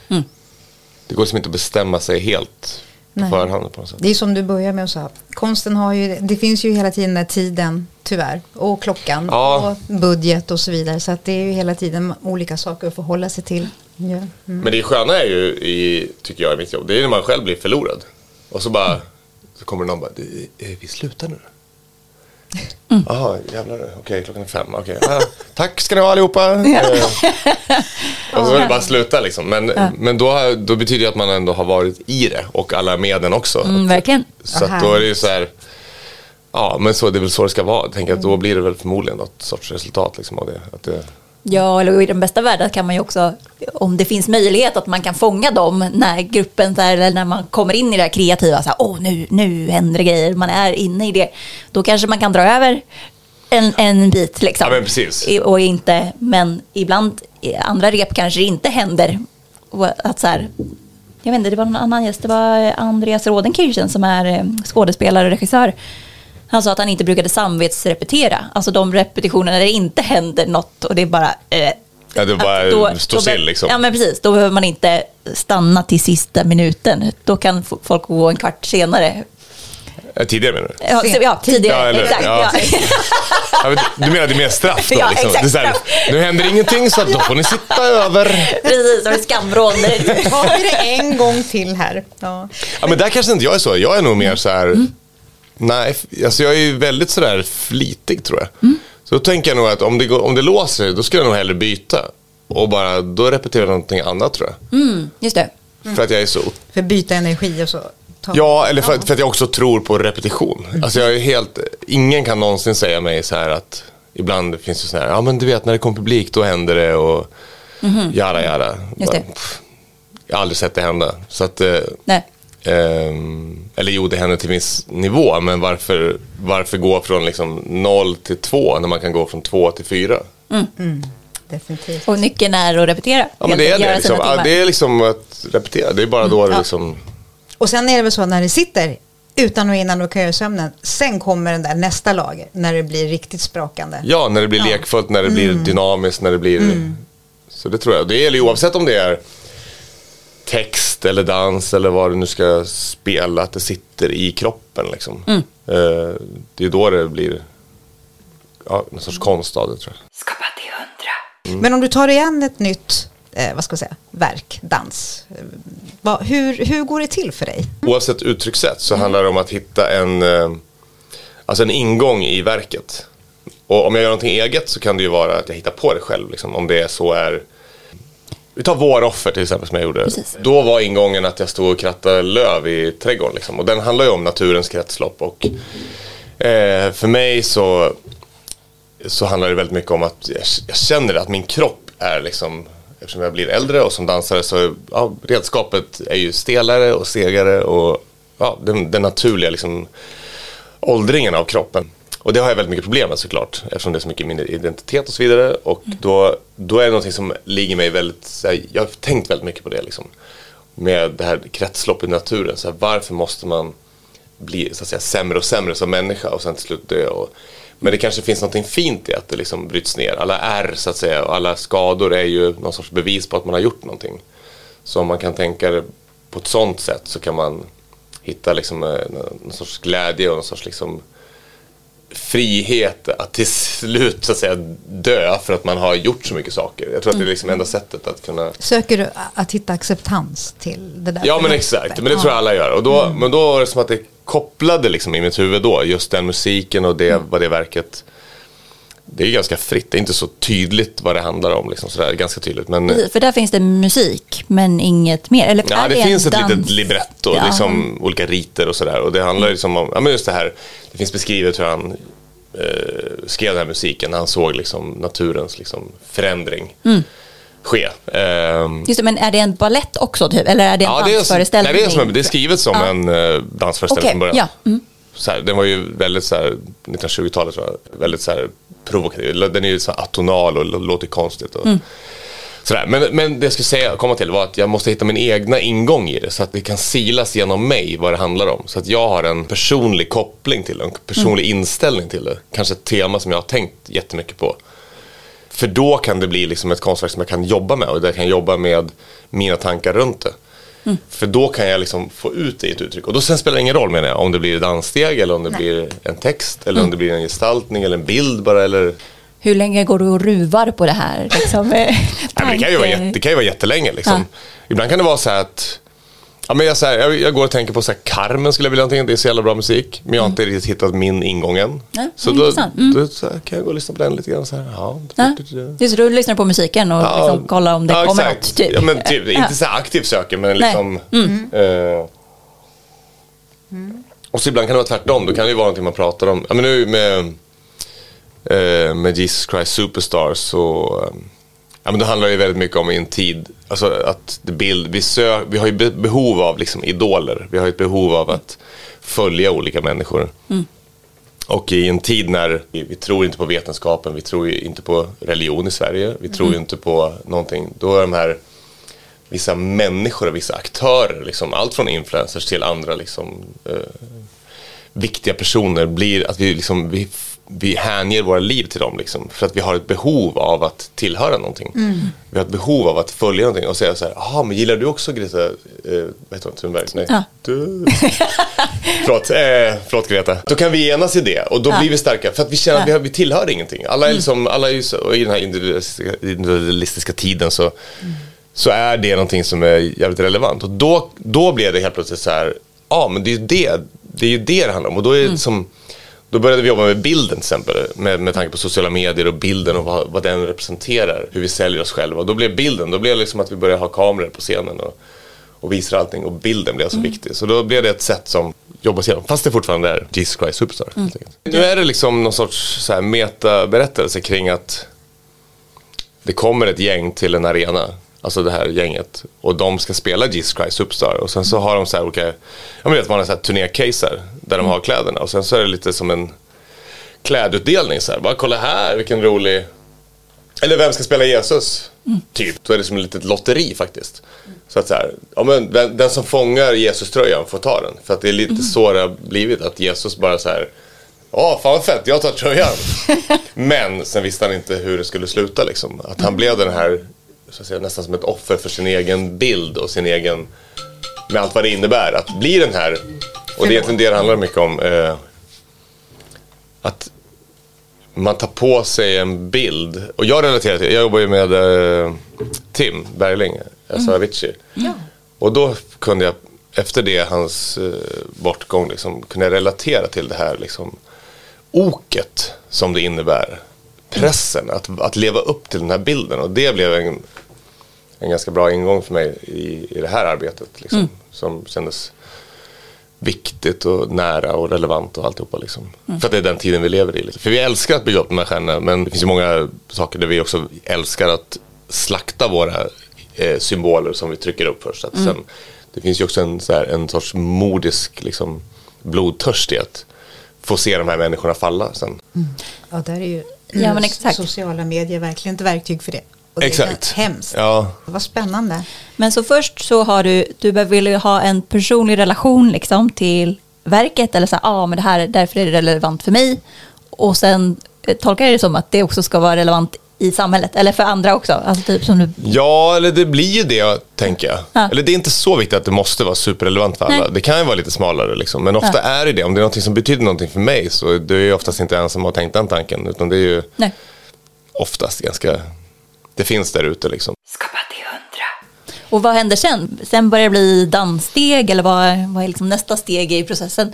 Speaker 1: det går som inte att bestämma sig helt på förhand på något sätt.
Speaker 3: Det är som du börjar med att säga. Konsten har ju, det finns ju hela tiden den tiden, tyvärr, och klockan och budget och så vidare, så att det är ju hela tiden olika saker att förhålla sig till.
Speaker 1: Men det sköna är ju tycker jag i mitt jobb, det är när man själv blir förlorad och så bara så kommer någon bara, vi slutar nu. Jaha, jävlar, okej, klockan är 5. Okej. Tack ska ni ha allihopa. Och så vill bara sluta liksom. Men då betyder det att man ändå har varit i det och alla är med den också.
Speaker 2: Verkligen.
Speaker 1: Så att då är det ju så här, men så, det är väl så det ska vara. Jag tänker att då blir det väl förmodligen något sorts resultat liksom av det.
Speaker 2: Ja, eller i den bästa världen kan man ju också, om det finns möjlighet att man kan fånga dem när gruppen så här, eller när man kommer in i det här kreativa, så här, nu händer det grejer, man är inne i det, då kanske man kan dra över en bit liksom.
Speaker 1: Ja, men precis.
Speaker 2: Och inte, men ibland andra rep kanske inte händer. Och att så här, jag vet inte, det var någon annan gäst, det var Andreas Rodenkirchen som är skådespelare och regissör. Han sa att han inte brukade samvetsrepetera. Alltså de repetitioner när det inte händer något och det är bara...
Speaker 1: Ja, det bara stå still liksom.
Speaker 2: Ja, men precis. Då behöver man inte stanna till sista minuten. Då kan folk gå en kvart senare.
Speaker 1: Tidigare menar du?
Speaker 2: Ja, tidigare.
Speaker 1: Ja, eller,
Speaker 2: exakt.
Speaker 1: ja.
Speaker 2: Ja.
Speaker 1: Du menar det är mer straff då?
Speaker 2: Ja,
Speaker 1: liksom.
Speaker 2: exakt.
Speaker 1: Det är så här, nu händer ingenting så att då får ni sitta över.
Speaker 2: Precis, och skamrån.
Speaker 3: Tar vi det en gång till här. Ja,
Speaker 1: men där kanske inte jag är så. Jag är nog mer så här... Nej, alltså jag är ju väldigt så där flitig tror jag. Så då tänker jag nog att om det låser, då ska jag nog hellre byta. Och bara, då repeterar jag någonting annat tror jag.
Speaker 2: Just det.
Speaker 1: För att jag är så...
Speaker 3: för byta energi och så.
Speaker 1: Ja, eller för att jag också tror på repetition. Alltså jag är helt... Ingen kan någonsin säga mig så här att... Ibland finns det så här, ja men du vet när det kommer publik då händer det och... Jada.
Speaker 2: Just det.
Speaker 1: Jag har aldrig sett det hända. Så att...
Speaker 2: Nej.
Speaker 1: Eller jo, det händer till viss nivå. Men varför gå från liksom 0 till 2 när man kan gå från 2 till 4?
Speaker 3: Definitivt.
Speaker 2: Och nyckeln är att repetera.
Speaker 1: Ja, men det är det liksom. Ja, det är liksom att repetera. Det är bara då det liksom...
Speaker 3: Och sen är det väl så när det sitter utan och innan och köra sömnen, sen kommer den där nästa lager när det blir riktigt sprakande.
Speaker 1: Ja, när det blir lekfullt, när det blir dynamiskt, när det blir... Så det tror jag. Det gäller ju oavsett om det är text eller dans eller vad du nu ska spela, att det sitter i kroppen liksom. Det är då det blir en sorts konst av det tror jag.
Speaker 4: Skapa till 100.
Speaker 3: Men om du tar igen ett nytt verk, dans, hur går det till för dig?
Speaker 1: Oavsett uttryckssätt så handlar det om att hitta en ingång i verket. Och om jag gör någonting eget så kan det ju vara att jag hittar på det själv liksom. Om det så är... Vi tar Våroffer till exempel som jag gjorde.
Speaker 2: Precis.
Speaker 1: Då var ingången att jag stod och krattade löv i trädgården liksom. Och den handlar ju om naturens kretslopp. Och för mig så handlar det väldigt mycket om att jag känner att min kropp är liksom... Eftersom jag blir äldre och som dansare så redskapet är ju stelare och segare och den naturliga liksom, åldringen av kroppen. Och det har jag väldigt mycket problem med såklart, eftersom det är så mycket min identitet och så vidare. Och då är det någonting som ligger mig väldigt... Jag har tänkt väldigt mycket på det liksom. Med det här kretsloppet i naturen. Så här, varför måste man bli så att säga, sämre och sämre som människa och sen till slut dö? Men det kanske finns någonting fint i att det liksom bryts ner. Alla ärr så att säga och alla skador är ju någon sorts bevis på att man har gjort någonting. Så om man kan tänka det på ett sånt sätt så kan man hitta liksom någon sorts glädje och någon sorts liksom frihet att till slut så att säga dö för att man har gjort så mycket saker. Jag tror att det är liksom enda sättet att kunna... Söker du att hitta acceptans till det där? Ja, men exakt. Men det tror jag alla gör. Och då, men då var det som att det kopplade liksom i mitt huvud då. Just den musiken och det, vad det verket... Det är ganska fritt. Det är inte så tydligt vad det handlar om. Liksom sådär, ganska tydligt. Men... För där finns det musik, men inget mer. Eller ja, det finns ett litet libretto. Ja. Liksom, olika riter och sådär. Och det handlar liksom om... Ja, men just det här. Det finns beskrivet hur han skrev den här musiken. Han såg liksom naturens liksom förändring ske. Just det, men är det en ballett också typ? Eller är det en dansföreställning? Nej, det är skrivet som en dansföreställning från början. Ja. Så här, den var ju väldigt så här 1920-talet tror jag, väldigt så här provokativ. Den är ju så här atonal och låter konstigt och sådär. Men det jag skulle komma till var att jag måste hitta min egna ingång i det så att det kan silas genom mig vad det handlar om. Så att jag har en personlig koppling till det, en personlig inställning till det. Kanske ett tema som jag har tänkt jättemycket på. För då kan det bli liksom ett konstverk som jag kan jobba med och där jag kan jobba med mina tankar runt det. För då kan jag liksom få ut det i ett uttryck. Och då sen spelar det ingen roll menar jag, om det blir danssteg eller om det blir en text eller om det blir en gestaltning eller en bild bara eller... Hur länge går du och ruvar på det här? Liksom, det kan ju vara jättelänge liksom. Ibland kan det vara så här att jag går och tänker på så här, Carmen skulle jag vilja någonting. Det är så jävla bra musik. Men jag har inte riktigt hittat min ingången. Så då så här, kan jag gå och lyssna på den lite grann så här. Det är så du lyssnar på musiken och liksom kollar om det kommer något typ. Ja, men typ, inte så här aktivt söker men liksom och så ibland kan det vara tvärtom. Då kan det ju vara någonting man pratar om. Ja, men nu med Jesus Christ Superstar så men det handlar ju väldigt mycket om i en tid, alltså att vi har ju behov av liksom idoler, vi har ett behov av att följa olika människor. Och i en tid när vi tror inte på vetenskapen, vi tror ju inte på religion i Sverige, vi tror ju inte på någonting, då är de här vissa människor och vissa aktörer, liksom, allt från influencers till andra liksom, viktiga personer, blir att vi hänger våra liv till dem liksom, för att vi har ett behov av att tillhöra någonting. Vi har ett behov av att följa någonting och säga så här, jaha, men gillar du också Greta vad heter hon, Thunberg? Nej. Ja. Förlåt Greta. Då kan vi enas i det och då blir vi starka för att vi känner att vi tillhör ingenting. Alla är liksom, alla är ju så, i den här individualistiska tiden så är det någonting som är jävligt relevant och då blir det helt plötsligt så här, men det är ju det handlar om och då är det som. Då började vi jobba med bilden till exempel, med tanke på sociala medier och bilden och vad den representerar, hur vi säljer oss själva. Och då blev bilden, liksom att vi började ha kameror på scenen och visar allting och bilden blev så viktig. Så då blev det ett sätt som jobbas igenom, fast det fortfarande är Jesus Christ Superstar. Nu är det liksom någon sorts så här metaberättelse kring att det kommer ett gäng till en arena, alltså det här gänget, och de ska spela Jesus Christ Superstar och sen så har de så här olika, man har så här turnécaser där de har kläderna och sen så är det lite som en klädutdelning så här, bara kolla här vilken rolig, eller vem ska spela Jesus typ, då är det som ett litet lotteri faktiskt, så att så här, men den som fångar Jesus-tröjan får ta den, för att det är lite så det har blivit, att Jesus bara så här, fan vad fett, jag tar tröjan. Men sen visste han inte hur det skulle sluta liksom, att han blev den här så att säga, nästan som ett offer för sin egen bild och sin egen, med allt vad det innebär att bli den här, och det är egentligen det handlar mycket om, att man tar på sig en bild, och jag relaterar till, jag jobbar ju med Tim Bergling, alltså Avicii, och då kunde jag efter det, hans bortgång liksom, kunde jag relatera till det här liksom, oket som det innebär, pressen att leva upp till den här bilden, och det blev en ganska bra ingång för mig i det här arbetet liksom, som kändes viktigt och nära och relevant och alltihopa liksom. För att det är den tiden vi lever i liksom. För vi älskar att bygga upp de här stjärnorna, men det finns ju många saker där vi också älskar att slakta våra symboler som vi trycker upp först, att sen, det finns ju också en sorts modisk liksom, blodtörst i att få se de här människorna falla sen.
Speaker 3: Ja, där är ju
Speaker 2: men exakt.
Speaker 3: Sociala medier verkligen ett verktyg för det. Och det
Speaker 1: exakt.
Speaker 3: är hemskt.
Speaker 1: Ja.
Speaker 3: Vad spännande.
Speaker 2: Men så först så har du vill ju ha en personlig relation liksom till verket, eller så här, men det här, därför är det relevant för mig. Och sen tolkar jag det som att det också ska vara relevant i samhället, eller för andra också. Alltså typ som du.
Speaker 1: Ja, eller det blir ju det, tänker jag. Ja. Eller det är inte så viktigt att det måste vara superrelevant för alla. Nej. Det kan ju vara lite smalare liksom. Men ofta är det. Om det är något som betyder någonting för mig, så det är ju oftast inte ensam att tänka den tanken, utan det är ju oftast ganska, det finns där ute liksom.
Speaker 4: Skapa till 100.
Speaker 2: Och vad händer sen? Sen börjar det bli danssteg, eller vad är liksom nästa steg i processen?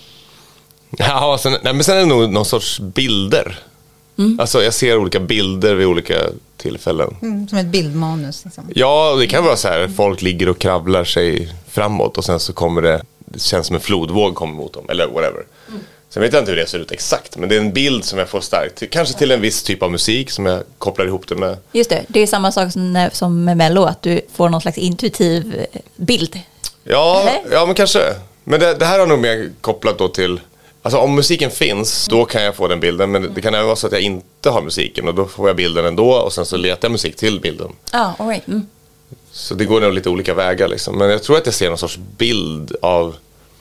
Speaker 1: Ja, sen är det nog någon sorts bilder. Alltså jag ser olika bilder vid olika tillfällen. Som
Speaker 3: ett bildmanus liksom.
Speaker 1: Ja, det kan vara så här, folk ligger och kravlar sig framåt och sen så kommer det känns som en flodvåg kommer mot dem, eller whatever. Sen vet jag inte hur det ser ut exakt, men det är en bild som jag får starkt, kanske till en viss typ av musik som jag kopplar ihop det med.
Speaker 2: Just det är samma sak som med Mello, att du får någon slags intuitiv bild.
Speaker 1: Ja, men kanske. Men det här har nog mer kopplat då till, alltså om musiken finns, då kan jag få den bilden, men det kan även vara så att jag inte har musiken och då får jag bilden ändå, och sen så letar jag musik till bilden.
Speaker 2: Ja, all right.
Speaker 1: Så det går nog lite olika vägar liksom, men jag tror att jag ser någon sorts bild av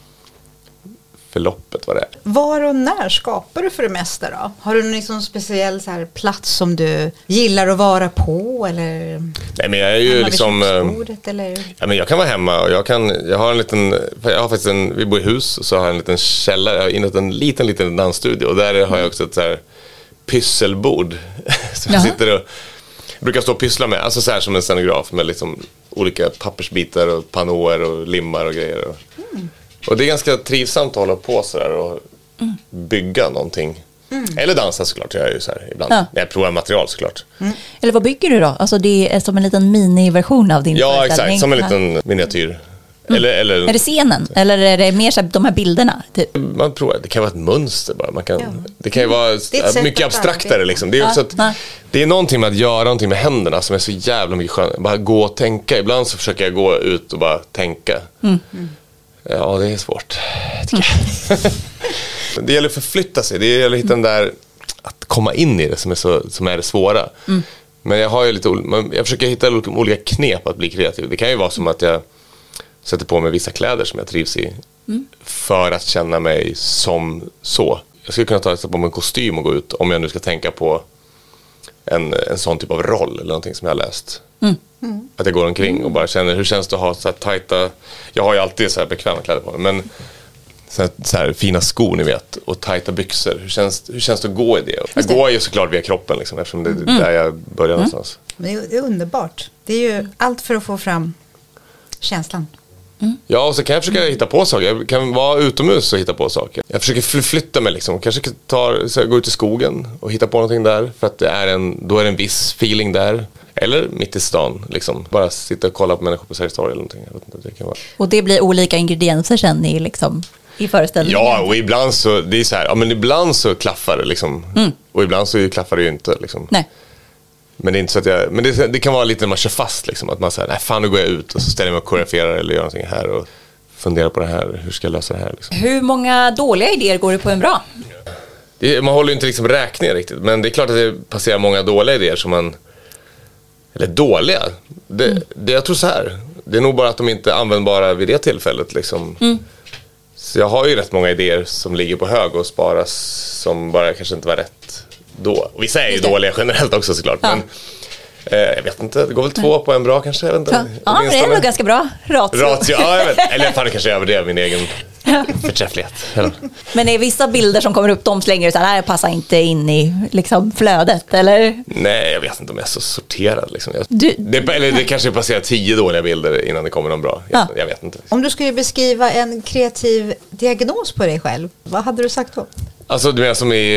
Speaker 1: förloppet, vad det är.
Speaker 3: Var och när skapar du för det mesta då? Har du någon liksom speciell så här plats som du gillar att vara på, eller? Nej, men jag är ju liksom eller?
Speaker 1: Ja, men jag kan vara hemma och jag har en liten, jag har faktiskt vi bor i hus, och så har jag en liten källare, jag har inrett en liten dansstudio, och där har jag också ett så här pysselbord som jag sitter och brukar stå och pyssla med, alltså så här som en scenograf med liksom olika pappersbitar och pannåer och limmar och grejer och det är ganska trivsamt att hålla på så där och bygga någonting. Eller dansa såklart, jag är ju så här ibland. När jag provar material såklart.
Speaker 2: Eller vad bygger du då? Alltså det är som en liten mini-version av din
Speaker 1: föreställning. Ja, exakt, som en liten miniatyr Eller,
Speaker 2: är det scenen? Eller är det mer så här, de här bilderna? Typ?
Speaker 1: Man provar, det kan vara ett mönster bara. Det kan ju vara mycket abstraktare. Liksom. Det är också det är någonting med att göra någonting med händerna som är så jävla mycket skönare. Bara gå och tänka. Ibland så försöker jag gå ut och bara tänka. Ja, det är svårt. Det gäller att förflytta sig. Det gäller att hitta den där, att komma in i det som är det svåra. Men jag har ju jag försöker hitta olika knep att bli kreativ. Det kan ju vara som att jag sätter på mig vissa kläder som jag trivs i för att känna mig som så. Jag skulle kunna sätta på mig en kostym och gå ut om jag nu ska tänka på en sån typ av roll eller någonting som jag har läst. Att jag går omkring och bara känner hur känns det att ha så här tajta, jag har ju alltid så här bekväma kläder på mig, men så här fina skor ni vet och tajta byxor, hur känns det att gå i det? Jag går ju såklart via kroppen liksom, eftersom det är där jag börjar någonstans.
Speaker 3: Men det är underbart. Det är ju allt för att få fram känslan.
Speaker 1: Ja, och så kan jag försöka hitta på saker. Jag kan vara utomhus och hitta på saker. Jag försöker flytta mig liksom. Kanske gå ut i skogen och hitta på någonting där. För att då är det en viss feeling där. Eller mitt i stan liksom. Bara sitta och kolla på människor på Sergels torg eller någonting. Jag vet inte, det kan vara.
Speaker 2: Och det blir olika ingredienser sen i föreställningen.
Speaker 1: Ja, och ibland så, det är så här, ja men ibland så klaffar det liksom. Och ibland så klaffar det ju inte liksom.
Speaker 2: Nej.
Speaker 1: Men det är inte så att men det kan vara lite när man kör fast liksom, att man säger nej fan nu går jag ut och så ställer jag mig och koreograferar eller gör någonting här och funderar på det här, hur ska jag lösa det här liksom.
Speaker 2: Hur många dåliga idéer går det på en bra?
Speaker 1: Man håller ju inte liksom räkning riktigt, men det är klart att det passerar många dåliga idéer som eller dåliga, jag tror så här, det är nog bara att de inte är användbara vid det tillfället liksom. Så jag har ju rätt många idéer som ligger på hög och sparas som bara kanske inte var rätt då. Och vissa är ju dåliga generellt också såklart. Ja. Men jag vet inte, det går väl 2 på en bra kanske. Jag vet inte.
Speaker 2: Ja, men det är nog ganska bra ratio.
Speaker 1: Ja, jag vet. Eller fan, det kanske överdrev min egen förträfflighet.
Speaker 2: Men är vissa bilder som kommer upp, de slänger ut så här, nej, passar inte in i liksom, flödet, eller?
Speaker 1: Nej, jag vet inte om jag är så sorterad. Liksom. Det kanske passerar 10 dåliga bilder innan det kommer någon bra. Jag vet inte.
Speaker 3: Om du skulle beskriva en kreativ diagnos på dig själv, vad hade du sagt då?
Speaker 1: Alltså du menar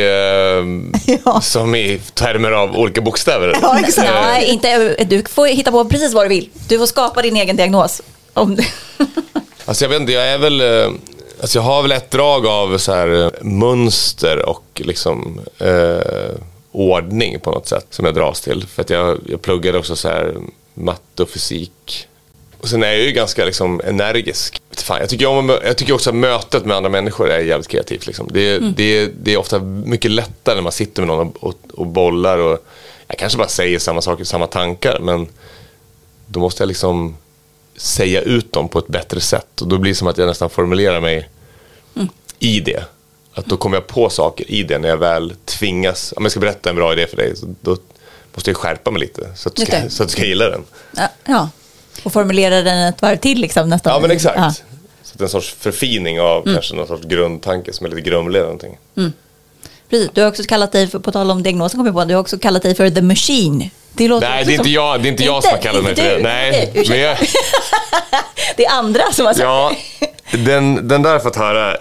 Speaker 1: som i termer av olika bokstäver?
Speaker 3: Ja, exakt.
Speaker 2: Nej, inte, du får hitta på precis vad du vill. Du får skapa din egen diagnos.
Speaker 1: Alltså jag vet inte, jag är väl... Alltså jag har väl ett drag av så här mönster och liksom ordning på något sätt som jag dras till. För att jag pluggade också så här matte och fysik. Och sen är jag ju ganska liksom energisk. Fan, jag tycker också att mötet med andra människor är jävligt kreativt. Liksom. Det är ofta mycket lättare när man sitter med någon och bollar. Och jag kanske bara säger samma saker, samma tankar. Men då måste jag liksom säga ut dem på ett bättre sätt. Och då blir det som att jag nästan formulerar mig i det. Att då kommer jag på saker i det när jag väl tvingas. Om jag ska berätta en bra idé för dig, så då måste jag skärpa mig lite så att du ska gilla den.
Speaker 2: Ja. Och formulera den ett varv till liksom, nästan.
Speaker 1: Ja, men exakt. Ja. Så att en sorts förfining av kanske någon sorts grundtanke som är lite grumlig eller någonting.
Speaker 2: Precis. Du har också kallat dig, på tal om diagnosen kommer jag på, du har också kallat dig för The Machine.
Speaker 1: Nej, det är inte jag som har kallat mig för det. Nej, men
Speaker 2: det är andra som har sagt
Speaker 1: det. Den där har jag fått höra.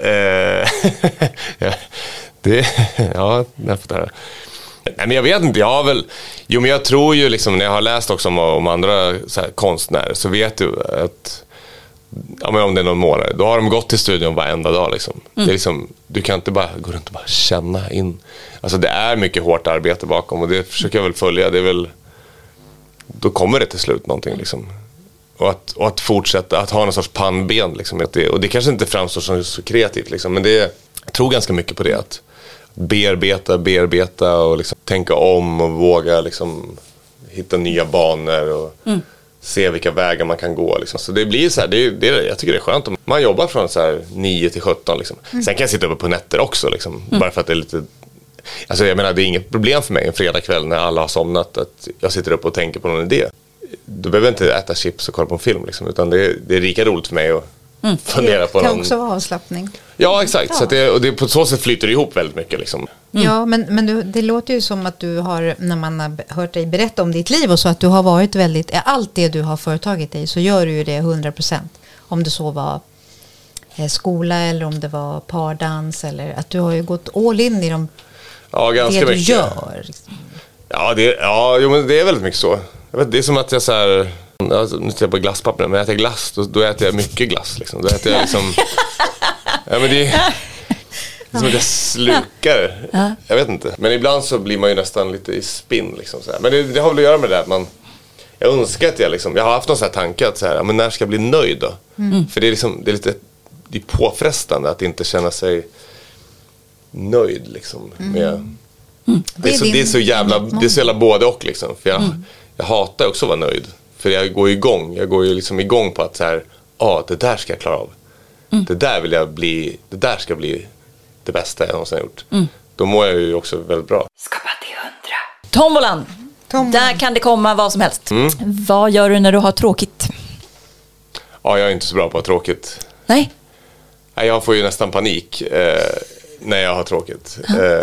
Speaker 1: Den har jag fått höra. Nej, men jag vet inte, men jag tror ju liksom, när jag har läst också om andra så här konstnärer, så vet du att om det är någon månad, då har de gått till studion varenda dag liksom. Det är liksom, du kan inte bara gå runt och bara känna in. Alltså det är mycket hårt arbete bakom, och det försöker jag väl följa. Det är väl, då kommer det till slut någonting liksom. Och att fortsätta, att ha någon sorts pannben liksom. Och det kanske inte framstår som så kreativt liksom, men jag tror ganska mycket på det, att bearbeta och liksom tänka om och våga liksom hitta nya banor och se vilka vägar man kan gå liksom. Så det blir så här, jag tycker det är skönt om man jobbar från så här 9 till 17 liksom. Sen kan jag sitta uppe på nätter också liksom, bara för att det är lite, alltså jag menar, det är inget problem för mig en fredagkväll när alla har somnat att jag sitter upp och tänker på någon idé. Då behöver jag inte äta chips och kolla på en film liksom, utan det är lika roligt för mig att fundera på
Speaker 3: det kan
Speaker 1: någon...
Speaker 3: också vara avslappning.
Speaker 1: Ja, exakt. Ja. Så det på så sätt flyter det ihop väldigt mycket liksom.
Speaker 3: Ja, men det låter ju som att du har, när man har hört dig berätta om ditt liv och så, att du har varit väldigt, allt det du har företagit dig, så gör du ju det 100%. Om det så var skola eller om det var pardans, eller att du har ju gått all in i
Speaker 1: ganska
Speaker 3: det du
Speaker 1: mycket
Speaker 3: gör.
Speaker 1: Ja, men det är väldigt mycket så. Jag vet, det är som att jag så här, Alltså, nu tittar jag på glasspapper, men jag äter glass, då äter jag mycket glass. Liksom. Då äter jag liksom... ja, men det är som att jag slukar. Jag vet inte. Men ibland så blir man ju nästan lite i spinn. Liksom, så här. Men det har väl att göra med det där. Jag önskar att jag har haft någon sån här tanke att så här, men när ska jag bli nöjd då? För det är, liksom, det är påfrestande att inte känna sig nöjd liksom, med... Det är så jävla både och liksom. För jag hatar också att vara nöjd. För jag går igång. Jag går ju liksom igång på att så här, det där ska jag klara av. Det där vill jag bli. Det där ska bli det bästa jag någonsin har gjort. Då mår jag ju också väldigt bra.
Speaker 4: Skapa till 100.
Speaker 2: Tombolan. Där kan det komma vad som helst. Vad gör du när du har tråkigt?
Speaker 1: Ja, jag är inte så bra på att ha tråkigt.
Speaker 2: Nej.
Speaker 1: Jag får ju nästan panik när jag har tråkigt.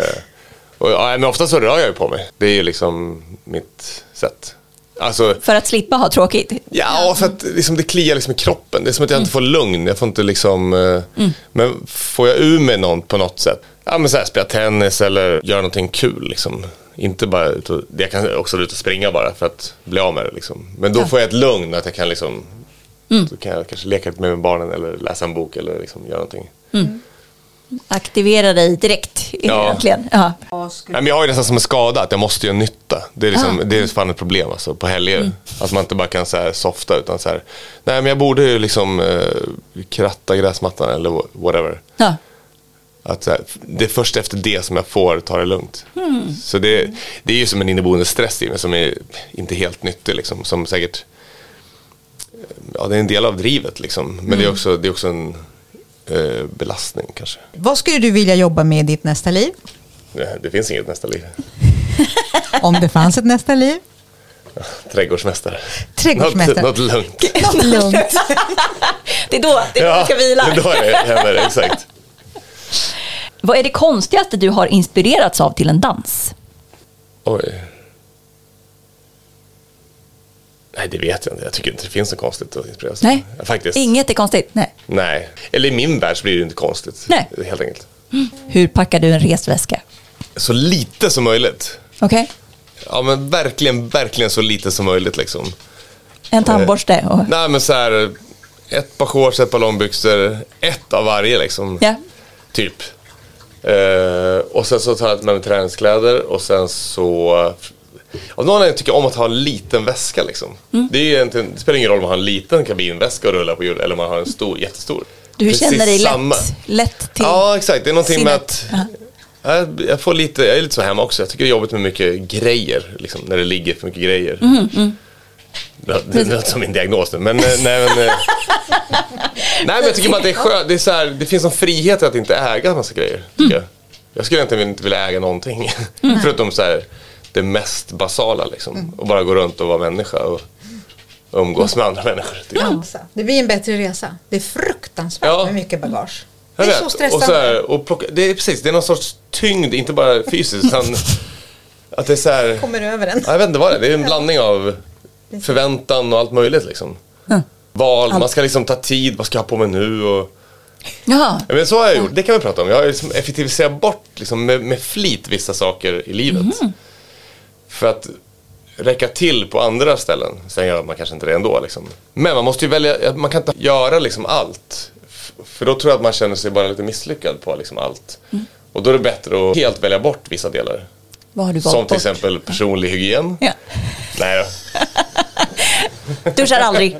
Speaker 1: Men ofta så rör jag ju på mig. Det är ju liksom mitt sätt. Alltså,
Speaker 2: för att slippa ha tråkigt?
Speaker 1: Ja, för att liksom, det kliar liksom i kroppen. Det är som att jag inte får lugn. Jag får inte liksom... Men får jag ur med någon på något sätt? Ja, men så här, spela tennis eller göra någonting kul liksom. Inte bara ut och, jag kan också ut och springa bara för att bli av med det liksom. Men då får jag ett lugn att jag kan liksom... Så kan jag kanske leka med barnen eller läsa en bok eller liksom göra någonting.
Speaker 2: Aktivera dig direkt egentligen. Ja.
Speaker 1: Men jag har ju nästan som en skada att jag måste göra nytta. Det är, liksom, det är fan ett problem alltså, på helger. Att man inte bara kan så här, softa utan så här, nej men jag borde ju liksom kratta gräsmattan eller whatever. Ja. Att så här, det är först efter det som jag får ta det lugnt. Så det är ju som en inneboende stress i mig som är inte helt nyttig liksom, som säkert det är en del av drivet liksom. Men det är också en belastning kanske.
Speaker 3: Vad skulle du vilja jobba med i ditt nästa liv?
Speaker 1: Det finns inget nästa liv.
Speaker 3: Om det fanns ett nästa liv?
Speaker 1: Trädgårdsmästare. Något lugnt.
Speaker 2: Något lugnt. Det är då du ska vila.
Speaker 1: Det är då det händer, exakt.
Speaker 2: Vad är det konstigaste du har inspirerats av till en dans?
Speaker 1: Oj. Nej, det vet jag inte. Jag tycker inte det finns något konstigt att inspireras.
Speaker 2: Nej,
Speaker 1: faktiskt.
Speaker 2: Inget är konstigt.
Speaker 1: Nej. Eller i min värld så blir det inte konstigt.
Speaker 2: Nej.
Speaker 1: Helt enkelt.
Speaker 2: Hur packar du en resväska?
Speaker 1: Så lite som möjligt.
Speaker 2: Okej.
Speaker 1: Ja, men verkligen så lite som möjligt liksom.
Speaker 2: En tandborste?
Speaker 1: Nej, men så här, ett par shorts, ett par långbyxor, ett av varje liksom. Ja. Typ. Och sen så tar jag med mig träningskläder och sen så... Av någon anledning tycker jag om att ha en liten väska liksom. Det spelar ingen roll om man har en liten kabinväska och rullar på hjul eller om man har en stor, jättestor.
Speaker 2: Du precis känner dig lätt till...
Speaker 1: Ja, exakt. Det är någonting med att... Jag är lite så hemma också. Jag tycker det är jobbigt med mycket grejer liksom, när det ligger för mycket grejer. Det låter som min diagnos nu. Men nej, men jag tycker bara att det är skönt. Det är så här, det finns en frihet att inte äga en massa grejer, tycker jag. Jag skulle egentligen inte vilja äga någonting. Förutom så här, det mest basala liksom. Och bara gå runt och vara människa och umgås med andra människor.
Speaker 3: Det blir en bättre resa. Det är fruktansvärt med mycket bagage. Det är så stressande.
Speaker 1: Det är precis, det är någon sorts tyngd, inte bara fysiskt utan att det är så här,
Speaker 3: kommer över den.
Speaker 1: Jag vet inte vad det är. Det är en blandning av förväntan och allt möjligt liksom. Val, man ska liksom ta tid, vad ska jag ha på mig nu och...
Speaker 2: Jaha.
Speaker 1: Men så har jag gjort, det kan vi prata om. Jag har liksom effektiviserat bort liksom, med flit vissa saker i livet. För att räcka till på andra ställen. Sen gör man kanske inte det ändå liksom. Men man måste ju välja, man kan inte göra liksom allt. För då tror jag att man känner sig bara lite misslyckad på liksom allt. Och då är det bättre att helt välja bort vissa delar.
Speaker 2: Vad har du valt
Speaker 1: som till
Speaker 2: bort?
Speaker 1: exempel personlig hygien.
Speaker 2: Ja.
Speaker 1: Nej då.
Speaker 2: Duschar aldrig.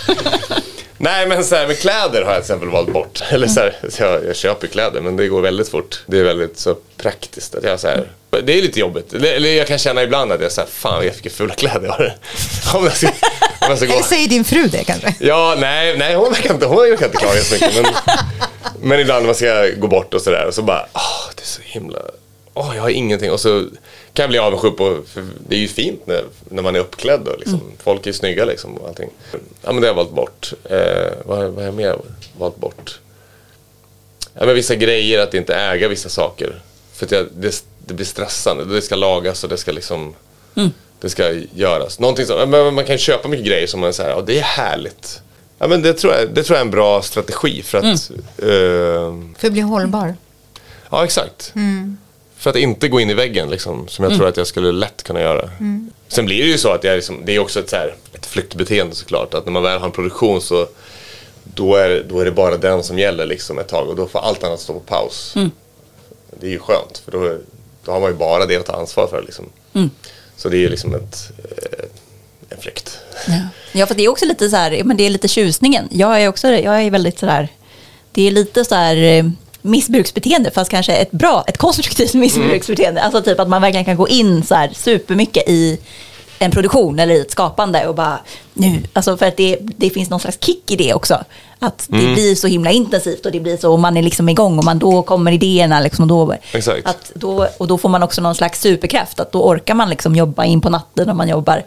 Speaker 1: Nej, men så här, med kläder har jag till exempel valt bort. Eller så här, jag köper kläder, men det går väldigt fort. Det är väldigt så praktiskt att jag så här, det är lite jobbigt. Eller jag kan känna ibland att jag säger fan, jag fick fula kläder jag har. Om jag ska gå.
Speaker 3: Eller säger din fru det kanske?
Speaker 1: Ja, nej, hon kan inte klaga så mycket. Men ibland när man ska gå bort och sådär, och så bara, det är så himla... jag har ingenting. Och så kan jag bli avundsjuk på, för det är ju fint när man är uppklädd och liksom, folk är ju snygga liksom och allting. Ja, men det har jag valt bort. Vad har jag mer valt bort? Ja, men vissa grejer, att inte äga vissa saker. För att det blir stressande. Det ska lagas och det ska liksom det ska göras. Någonting som, men man kan köpa mycket grejer som man säger, det är härligt. Ja, men det tror jag är en bra strategi för att
Speaker 3: för att bli hållbar.
Speaker 1: Ja, exakt. För att inte gå in i väggen liksom, som jag tror att jag skulle lätt kunna göra. Sen blir det ju så att jag liksom, det är också ett flyktbeteende såklart. Att när man väl har en produktion så då är det bara den som gäller liksom ett tag. Och då får allt annat stå på paus. Det är ju skönt, för då har man ju bara det att ta ansvar för liksom. Så det är ju liksom en flykt.
Speaker 2: Ja, för det är också lite så här, men det är lite tjusningen. Jag är väldigt så där, det är lite så här missbruksbeteende, fast kanske ett konstruktivt missbruksbeteende. Alltså typ att man verkligen kan gå in så här supermycket i en produktion eller i ett skapande och bara nu, alltså för att det finns någon slags kick i det också. Att det blir så himla intensivt och det blir så, och man är liksom igång och då kommer idéerna liksom, och då får man också någon slags superkraft, att då orkar man liksom jobba in på natten när man jobbar.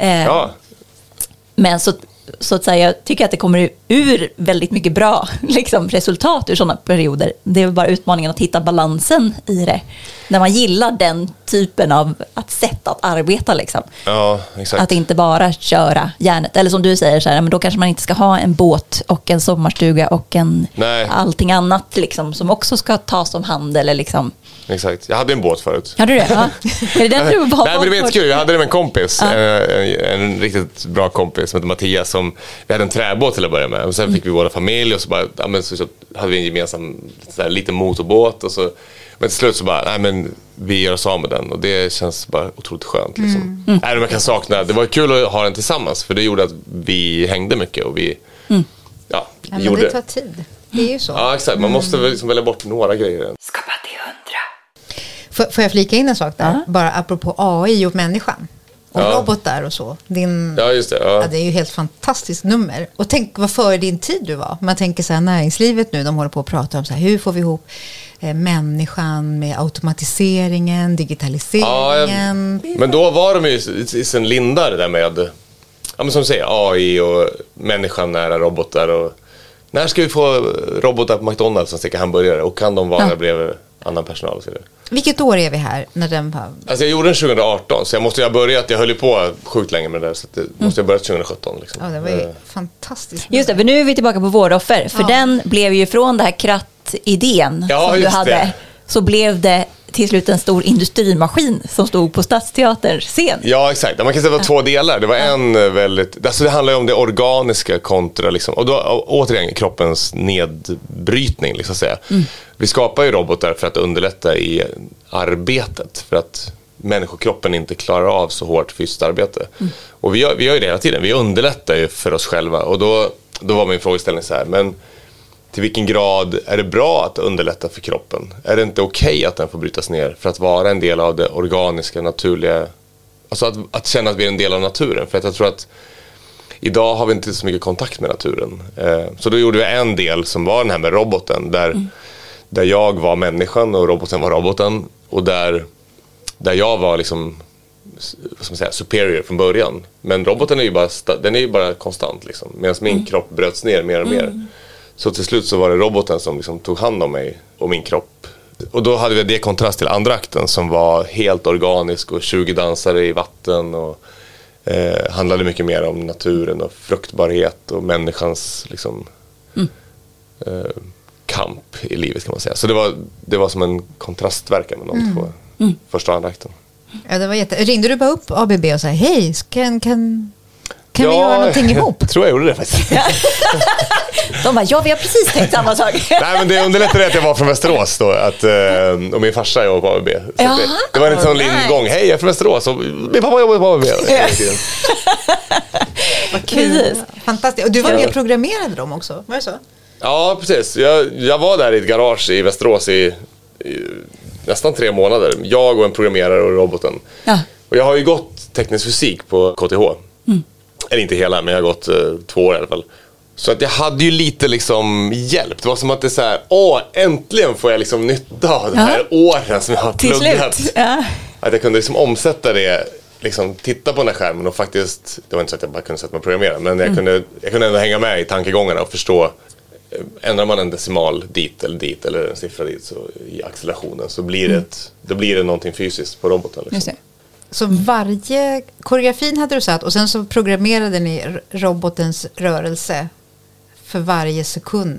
Speaker 2: Men så att säga, jag tycker att det kommer ur väldigt mycket bra liksom, resultat ur sådana perioder. Det är bara utmaningen att hitta balansen i det. När man gillar den typen av sätt att arbeta. Liksom.
Speaker 1: Ja, exakt.
Speaker 2: Att inte bara köra järnet. Eller som du säger, så här, men då kanske man inte ska ha en båt och en sommarstuga och allting annat liksom, som också ska tas om hand. Eller, liksom.
Speaker 1: Exakt, jag hade en båt förut.
Speaker 2: Hade du det? Ja. Är det den du var?
Speaker 1: Nej, men det var jättekul. Jag hade det med en kompis. En riktigt bra kompis som heter Mattias. Vi hade en träbåt till att börja med. Och sen fick vi våra familj och så hade vi en gemensam liten motorbåt. Men till slut så bara, vi gör oss av med den. Och det känns bara otroligt skönt. Liksom. Även om jag kan sakna, det var kul att ha den tillsammans. För det gjorde att vi hängde mycket. Och vi gjorde
Speaker 3: det tar tid. Det är ju så.
Speaker 1: Ja, exakt. Man måste liksom välja bort några grejer.
Speaker 4: Skapa till 100.
Speaker 3: Får jag flika in en sak där? Bara apropå AI och människan. Och robotar och så.
Speaker 1: Just det.
Speaker 3: Det är ju helt fantastiskt nummer. Och tänk vad före din tid du var. Man tänker så här, näringslivet nu, de håller på att prata om så här, hur får vi ihop människan med automatiseringen, digitaliseringen.
Speaker 1: Men då var de ju i sin linda det där med som du säger, AI och människan nära robotar. Och när ska vi få robotar på McDonalds som sticker hamburgare? Och kan de vara bredvid annan personal och så vidare?
Speaker 3: Vilket år är vi här? När den var...
Speaker 1: Alltså jag gjorde den 2018, så jag höll ju på sjukt länge med det där, så det måste jag börjat 2017 liksom.
Speaker 3: Ja, det var ju fantastiskt.
Speaker 2: Just det, för nu är vi tillbaka på Vårdoffer. För den blev ju från det här krattidén som du hade, så blev det till slut en stor industrimaskin som stod på Stadsteaterns scen. Ja,
Speaker 1: exakt. Man kan säga att det var två delar. Det var en väldigt... Alltså det handlar ju om det organiska kontra liksom, och då återigen kroppens nedbrytning liksom, säga. Vi skapar ju robotar för att underlätta i arbetet, för att människokroppen inte klarar av så hårt fysiskt arbete. Och vi gör ju det hela tiden. Vi underlättar ju för oss själva. Och då var min frågeställning så här, men till vilken grad är det bra att underlätta för kroppen? Är det inte okej att den får brytas ner för att vara en del av det organiska, naturliga? Alltså att känna att vi är en del av naturen. För att jag tror att idag har vi inte så mycket kontakt med naturen. Så då gjorde vi en del som var den här med roboten. Där jag var människan och roboten var roboten. Och där jag var liksom, vad ska man säga, superior från början. Men roboten är ju bara konstant liksom. Medan min kropp bröts ner mer och mer. Så till slut så var det roboten som liksom tog hand om mig och min kropp. Och då hade vi det kontrast till andra akten som var helt organisk och 20 dansare i vatten och handlade mycket mer om naturen och fruktbarhet och människans liksom, kamp i livet kan man säga. Så det var som en kontrastverkan med de två första och andra akten.
Speaker 3: Ja, det var Ringde du bara upp ABB och sa hej, kan vi göra någonting ihop?
Speaker 1: Jag tror jag gjorde det faktiskt.
Speaker 2: De bara, vi har precis tänkt samma sak.
Speaker 1: Nej, men det underlättade att jag var från Västerås då, och min farsa jobbade på ABB. Så det var en sån lindgång. Hej, jag är från Västerås och min pappa jobbade på ABB.
Speaker 3: Vad kul. Fantastiskt. Och du var med och programmerade dem också, var det så?
Speaker 1: Ja, precis. Jag var där i ett garage i Västerås i nästan 3 månader. Jag och en programmerare och roboten. Ja. Och jag har ju gått teknisk fysik på KTH. Eller inte hela, men jag har gått 2 år i alla fall. Så att jag hade ju lite liksom hjälp. Det var som att det är så här, äntligen får jag liksom nytta av de här åren som jag har pluggat. Att jag kunde liksom omsätta det, liksom titta på den här skärmen och faktiskt, det var inte så att jag bara kunde sätta mig och programmera, men jag kunde ändå hänga med i tankegångarna och förstå. Ändrar man en decimal dit eller en siffra dit så i accelerationen så blir det någonting fysiskt på roboten. Liksom.
Speaker 3: Just det. Så varje koreografin hade du satt och sen så programmerade ni robotens rörelse för varje sekund då?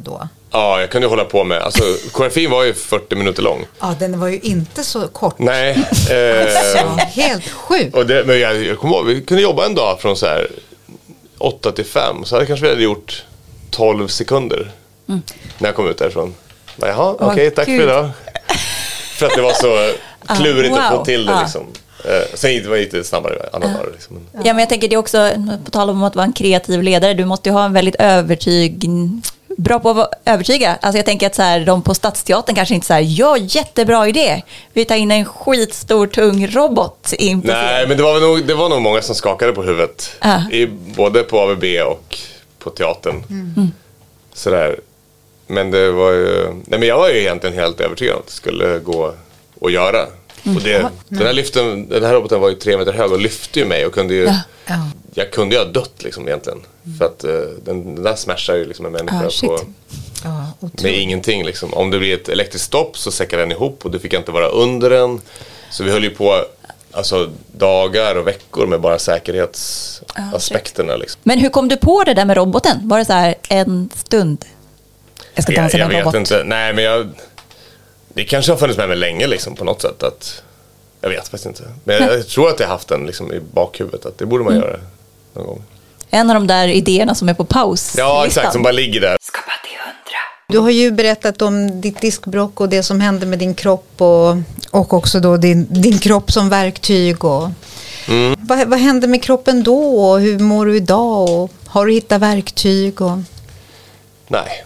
Speaker 1: Ja, jag kunde hålla på med. Alltså, koreografin var ju 40 minuter lång.
Speaker 3: Ja, den var ju inte så kort.
Speaker 1: Nej.
Speaker 3: Helt sjukt.
Speaker 1: Men jag kommer ihåg, vi kunde jobba en dag från så här 8 till 5. Så hade kanske vi hade gjort 12 sekunder när jag kom ut därifrån. Jaha, okej, tack för idag. För att det var så klurigt att få till det liksom. Sen gick det lite snabbare andra dagar. Liksom.
Speaker 2: Ja, men jag tänker det är också, på tal om att vara en kreativ ledare, du måste ju ha en väldigt bra på att övertyga. Alltså jag tänker att så här, de på Stadsteatern kanske inte säger ja, jättebra idé. Vi tar in en skitstor tung robot in på
Speaker 1: Nej, men det var nog många som skakade på huvudet. Både på ABB och på teatern. Sådär. Men det var ju... Nej, men jag var ju egentligen helt övertygad om att det skulle gå att göra. Och den här roboten var ju 3 meter hög och lyfte ju mig och kunde ju... Jag kunde ju ha dött liksom egentligen. För att den där smashar ju liksom en människa med ingenting liksom. Om det blir ett elektriskt stopp så säckar den ihop och du fick inte vara under den. Så vi höll ju på dagar och veckor med bara säkerhetsaspekterna liksom.
Speaker 2: Men hur kom du på det där med roboten? Var det så här en stund? Jag ska dansa med en robot.
Speaker 1: Jag vet inte. Nej, men det kanske har funnits med mig länge liksom på något sätt att jag vet faktiskt inte. Men jag tror att jag har haft den liksom i bakhuvudet att det borde man göra någon gång.
Speaker 2: En av de där idéerna som är på paus.
Speaker 1: Ja, exakt, som bara ligger där.
Speaker 4: Skapa till 100.
Speaker 3: Du har ju berättat om ditt diskbråck och det som hände med din kropp och också då din kropp som verktyg. Och vad hände med kroppen då och hur mår du idag och har du hittat verktyg? Och...
Speaker 1: Nej.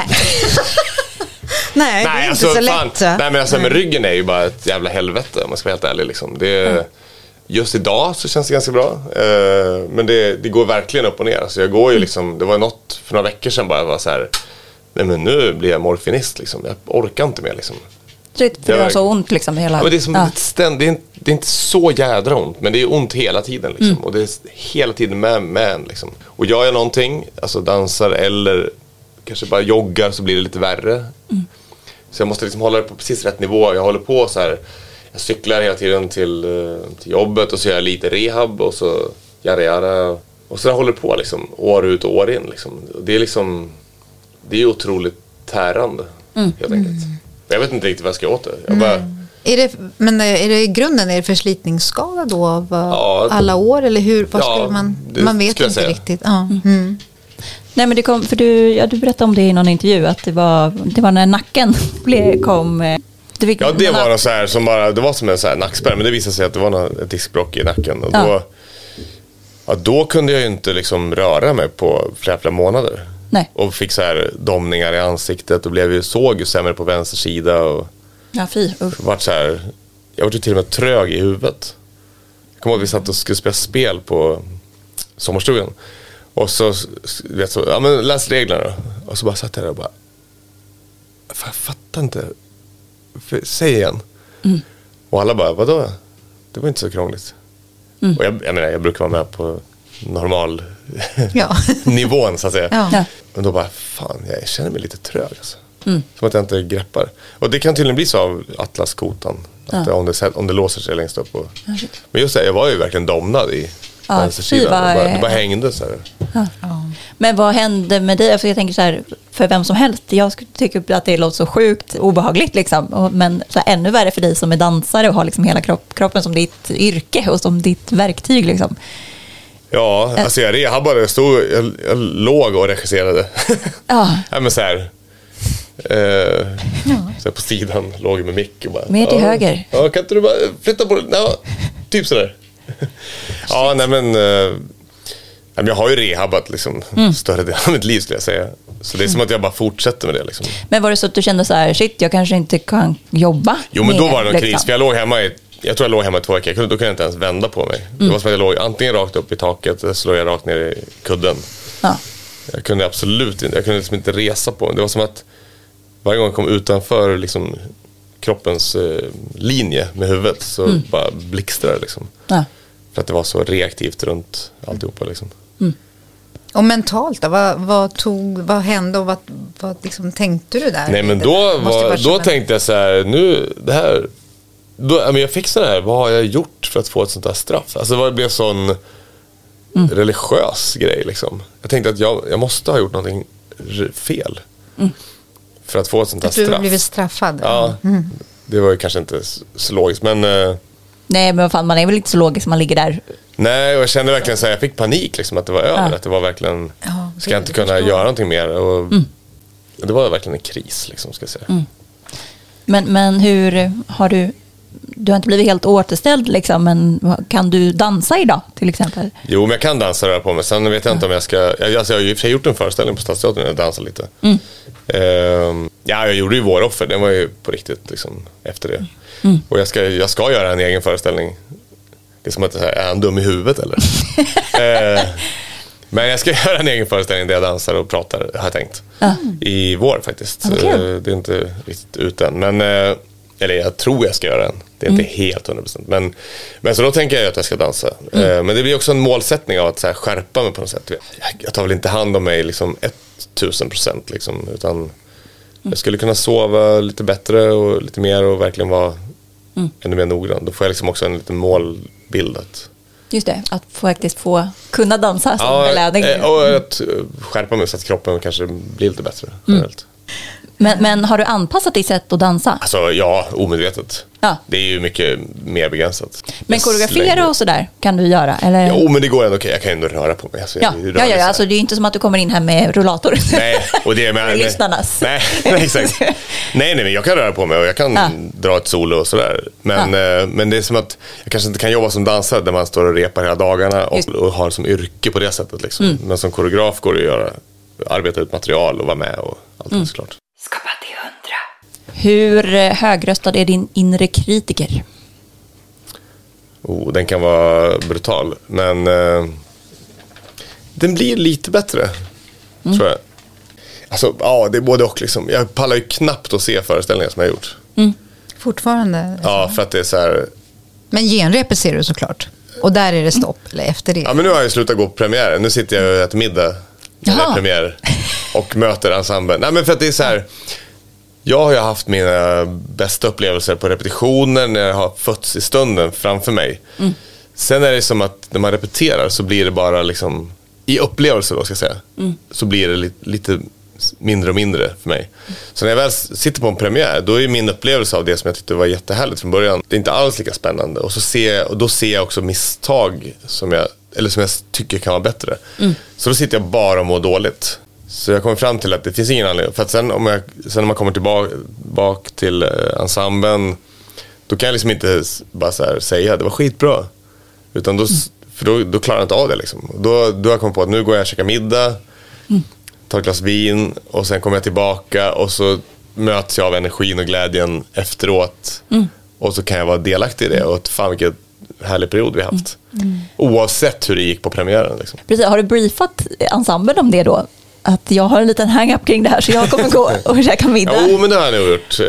Speaker 3: Nej, det är inte så lätt.
Speaker 1: Nej, men alltså, men ryggen är ju bara ett jävla helvete om man ska vara helt ärlig liksom. Just idag så känns det ganska bra. Men det går verkligen upp och ner. Alltså, jag går ju liksom, det var något för några veckor sedan bara var så här, nej men nu blir jag morfinist liksom. Jag orkar inte mer liksom.
Speaker 2: Det gör så ont liksom hela...
Speaker 1: Ja, det är som det är inte så jädra ont, men det är ont hela tiden liksom. Och det är hela tiden med liksom. Och gör jag någonting, alltså dansar eller kanske bara joggar så blir det lite värre. Så jag måste liksom hålla det på precis rätt nivå. Jag håller på så här, jag cyklar hela tiden till jobbet och så gör jag lite rehab och så jara. Och så jag håller på liksom år ut och år in liksom. Det är liksom, det är otroligt tärande helt enkelt. Jag vet inte riktigt vad jag ska åt det. Jag bara...
Speaker 3: är det i grunden, är det förslitningsskada då av alla år eller hur? Skulle man vet inte säga. Riktigt.
Speaker 2: Nej, men det kom, för du berättade om det i någon intervju att det var när nacken kom.
Speaker 1: Det var något så här som bara, det var som en så här nackspärr, men det visade sig att det var ett diskbråck i nacken och då kunde jag ju inte liksom röra mig på flera månader.
Speaker 2: Nej.
Speaker 1: Och fick så här domningar i ansiktet och såg ju sämre på vänster sida och vart så här, jag var ju till och med trög i huvudet. Jag kommer ihåg att vi satt och skulle spela spel på sommarstugan. Och så läs reglerna då. Och så bara satt jag där och bara jag fattar inte. Säg igen. Och alla bara, vadå? Det var inte så krångligt. Och jag menar, jag brukar vara med på normal nivån så att säga.
Speaker 2: Ja.
Speaker 1: Men då bara, fan, jag känner mig lite trög alltså. Som att jag inte greppar. Och det kan tydligen bli så av atlaskotan. Att om det låser sig längst upp. Men just det, jag var ju verkligen domnad i vänstersidan. Det bara hängde så här.
Speaker 2: Men vad hände med dig? För jag tänker så här, för vem som helst. Jag tycker att det låter så sjukt obehagligt liksom. Men så här, ännu värre för dig som är dansare och har liksom hela kroppen som ditt yrke och som ditt verktyg liksom.
Speaker 1: Ja, alltså jag rehabbade, jag låg och regisserade. Ja, men så här. Så här på sidan låg med mick och bara,
Speaker 2: mer till höger.
Speaker 1: Ja, kan inte du bara flytta på det? Ja, typ sådär. Ja, nej men jag har ju rehabbat liksom större del av mitt liv skulle jag säga. Så det är som att jag bara fortsätter med det liksom. Men
Speaker 2: var det så att du kände så här, shit, jag kanske inte kan jobba?
Speaker 1: Jo, men då var det någon kris, för jag låg hemma jag tror jag låg hemma i 2 veckor. Då kunde jag inte ens vända på mig. Det var som att jag låg antingen rakt upp i taket eller så låg jag rakt ner i kudden. Jag kunde absolut inte, jag kunde liksom inte resa på mig. Det var som att varje gång jag kom utanför liksom kroppens linje med huvudet så bara blixtrade liksom. För att det var så reaktivt runt alltihopa liksom.
Speaker 3: Och mentalt då? Vad hände och vad liksom tänkte du där?
Speaker 1: Nej, men då tänkte jag så här, men jag fick så här, vad har jag gjort för att få ett sånt här straff? Alltså det blev sån religiös grej liksom. Jag tänkte att jag måste ha gjort någonting fel. för att få ett sånt här straff.
Speaker 3: Du har blivit straffad.
Speaker 1: Ja, det var ju kanske inte så logiskt, men...
Speaker 2: Nej, men fan, man är väl inte så logisk som man ligger där.
Speaker 1: Nej, och jag kände verkligen så här, jag fick panik liksom, att det var över, att det var verkligen, ska jag inte kunna göra någonting mer, och det var verkligen en kris liksom, ska jag säga.
Speaker 2: Men hur har du har inte blivit helt återställd liksom, men kan du dansa idag till exempel?
Speaker 1: Jo, men jag kan dansa där på mig. Sen vet jag inte om jag ska... jag har ju gjort en föreställning på Stadsteatern när jag dansar lite. Jag gjorde ju Våroffer. Den var ju på riktigt liksom, efter det. Och jag ska göra en egen föreställning. Det är som att är han dum i huvudet eller? Men jag ska göra en egen föreställning där jag dansar och pratar, har jag tänkt. I vår faktiskt. Det är inte riktigt ut än. Men... eller jag tror jag ska göra den. Det är inte helt 100%. Men så då tänker jag att jag ska dansa. Men det blir också en målsättning av att så här, skärpa mig på något sätt. Jag tar väl inte hand om mig liksom 1000% liksom, utan jag skulle kunna sova lite bättre och lite mer och verkligen vara ännu mer noggrann. Då får jag liksom också en liten målbild.
Speaker 2: Just det, att faktiskt få kunna dansa som belöning.
Speaker 1: Och att skärpa mig så att kroppen kanske blir lite bättre generellt.
Speaker 2: Men har du anpassat ditt sätt att dansa?
Speaker 1: Alltså ja, omedvetet. Ja. Det är ju mycket mer begränsat.
Speaker 2: Men koreografera och sådär kan du göra? Eller?
Speaker 1: Jo, men det går ändå okej. Jag kan ändå röra på mig. Alltså,
Speaker 2: alltså det är inte som att du kommer in här med rullator.
Speaker 1: Nej, och det är med
Speaker 2: lyssnarnas.
Speaker 1: Nej, exakt. Nej, men jag kan röra på mig och jag kan dra ett solo och sådär. Men det är som att jag kanske inte kan jobba som dansare där man står och repar hela dagarna och har som yrke på det sättet liksom. Men som koreograf går det att göra, arbeta ut material och vara med och allt det såklart.
Speaker 4: Skapa till 100.
Speaker 2: Hur högröstad är din inre kritiker?
Speaker 1: Den kan vara brutal, men den blir lite bättre, tror jag. Alltså, det är både och liksom. Jag pallar ju knappt att se föreställningar som jag har gjort.
Speaker 3: Fortfarande?
Speaker 1: Ja, för att det är så här...
Speaker 3: Men genrepet ser du såklart. Och där är det stopp, eller efter det?
Speaker 1: Ja, men nu har jag slutat gå på premiär. Nu sitter jag och äter middag när det är premiär och möter ensemblen. Nej, men för att det är så här... Jag har ju haft mina bästa upplevelser på repetitioner när jag har fötts i stunden framför mig. Sen är det som att när man repeterar så blir det bara liksom... I upplevelser då, ska jag säga. Så blir det lite mindre och mindre för mig. Så när jag väl sitter på en premiär, då är min upplevelse av det som jag tyckte var jättehärligt från början, det är inte alls lika spännande. Och då ser jag också misstag som jag tycker kan vara bättre. Så då sitter jag bara och mår dåligt. Så jag kommer fram till att det finns ingen anledning. För att sen när man kommer tillbaka till ensemblen, då kan jag liksom inte bara så här säga det var skitbra. Utan då klarar jag inte av det liksom. Då har jag kommit på att nu går jag och käkar middag, tar ett glas vin och sen kommer jag tillbaka och så möts jag av energin och glädjen efteråt. Och så kan jag vara delaktig i det. Och fan vilken härlig period vi har haft. Oavsett hur det gick på premiären liksom.
Speaker 2: Precis, har du briefat ensemblen om det då? Att jag har en liten hang-up kring det här så jag kommer gå och käka middag.
Speaker 1: Jo, men det har jag nog gjort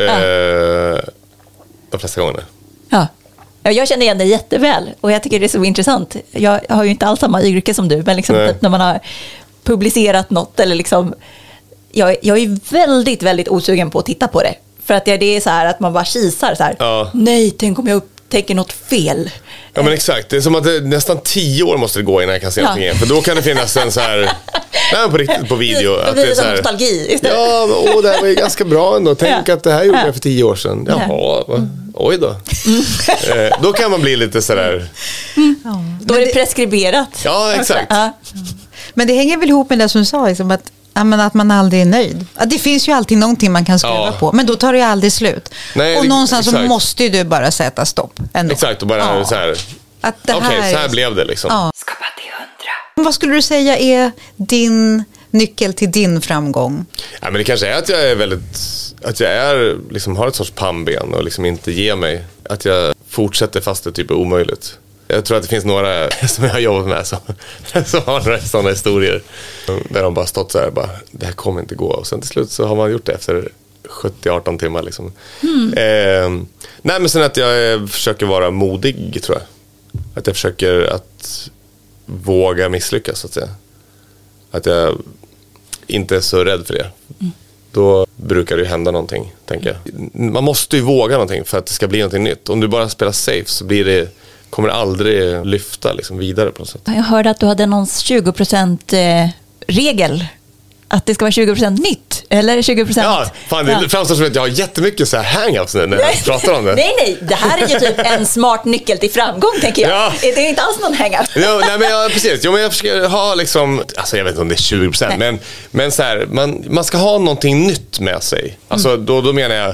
Speaker 1: de flesta gånger.
Speaker 2: Ja. Jag känner igen det jätteväl och jag tycker det är så intressant. Jag har ju inte alls samma yrke som du, men liksom när man har publicerat något eller liksom, jag är väldigt, väldigt osugen på att titta på det. För att det är så här att man bara kisar så här. Nej, tänk om jag upptäcker något fel.
Speaker 1: Ja, men exakt. Det är som att nästan 10 år måste det gå innan jag kan se någonting igen. För då kan det finnas en så här... Nej, på riktigt på video.
Speaker 2: Att det är så här, nostalgi istället.
Speaker 1: Ja, det här var ju ganska bra ändå. Tänk att det här gjorde jag för 10 år sedan. Jaha, oj då. Då kan man bli lite sådär...
Speaker 2: Då är det preskriberat.
Speaker 1: Ja, exakt.
Speaker 3: Men det hänger väl ihop med det som du sa, liksom, att man aldrig är nöjd. Det finns ju alltid någonting man kan skruva på, men då tar det ju aldrig slut.
Speaker 1: Nej,
Speaker 3: och någonstans så måste ju du bara sätta stopp ändå.
Speaker 1: Exakt, och bara så här... Okej, så här blev det liksom.
Speaker 4: Skapa till 100.
Speaker 3: Vad skulle du säga är din nyckel till din framgång?
Speaker 1: Ja, men det kanske är att jag är liksom har ett sorts pannben och liksom inte ger mig. Att jag fortsätter fast det typ är omöjligt. Jag tror att det finns några som jag har jobbat med som har några sådana historier där de bara stått så här, bara, det här kommer inte gå. Och sen till slut så har man gjort det efter 70-18 timmar liksom. Nej, men sen att jag försöker vara modig, tror jag. Att jag försöker att våga misslyckas, så att säga. Att jag inte är så rädd för det. Då brukar det ju hända någonting, tänker jag. Man måste ju våga någonting för att det ska bli någonting nytt. Om du bara spelar safe så kommer det aldrig lyfta liksom vidare på något sätt.
Speaker 2: Jag hörde att du hade någon 20% regel. Att det ska vara 20% nytt, eller 20%...
Speaker 1: Ja, fan, det framstår som att jag har jättemycket så här hang-ups nu när jag pratar om det.
Speaker 2: Nej, det här är ju typ en smart nyckel till framgång, tänker jag. Ja. Det är inte alls någon hang-up.
Speaker 1: Precis. Men jag försöker ha liksom, alltså jag vet inte om det är 20%, men så här, man ska ha någonting nytt med sig. Alltså då menar jag,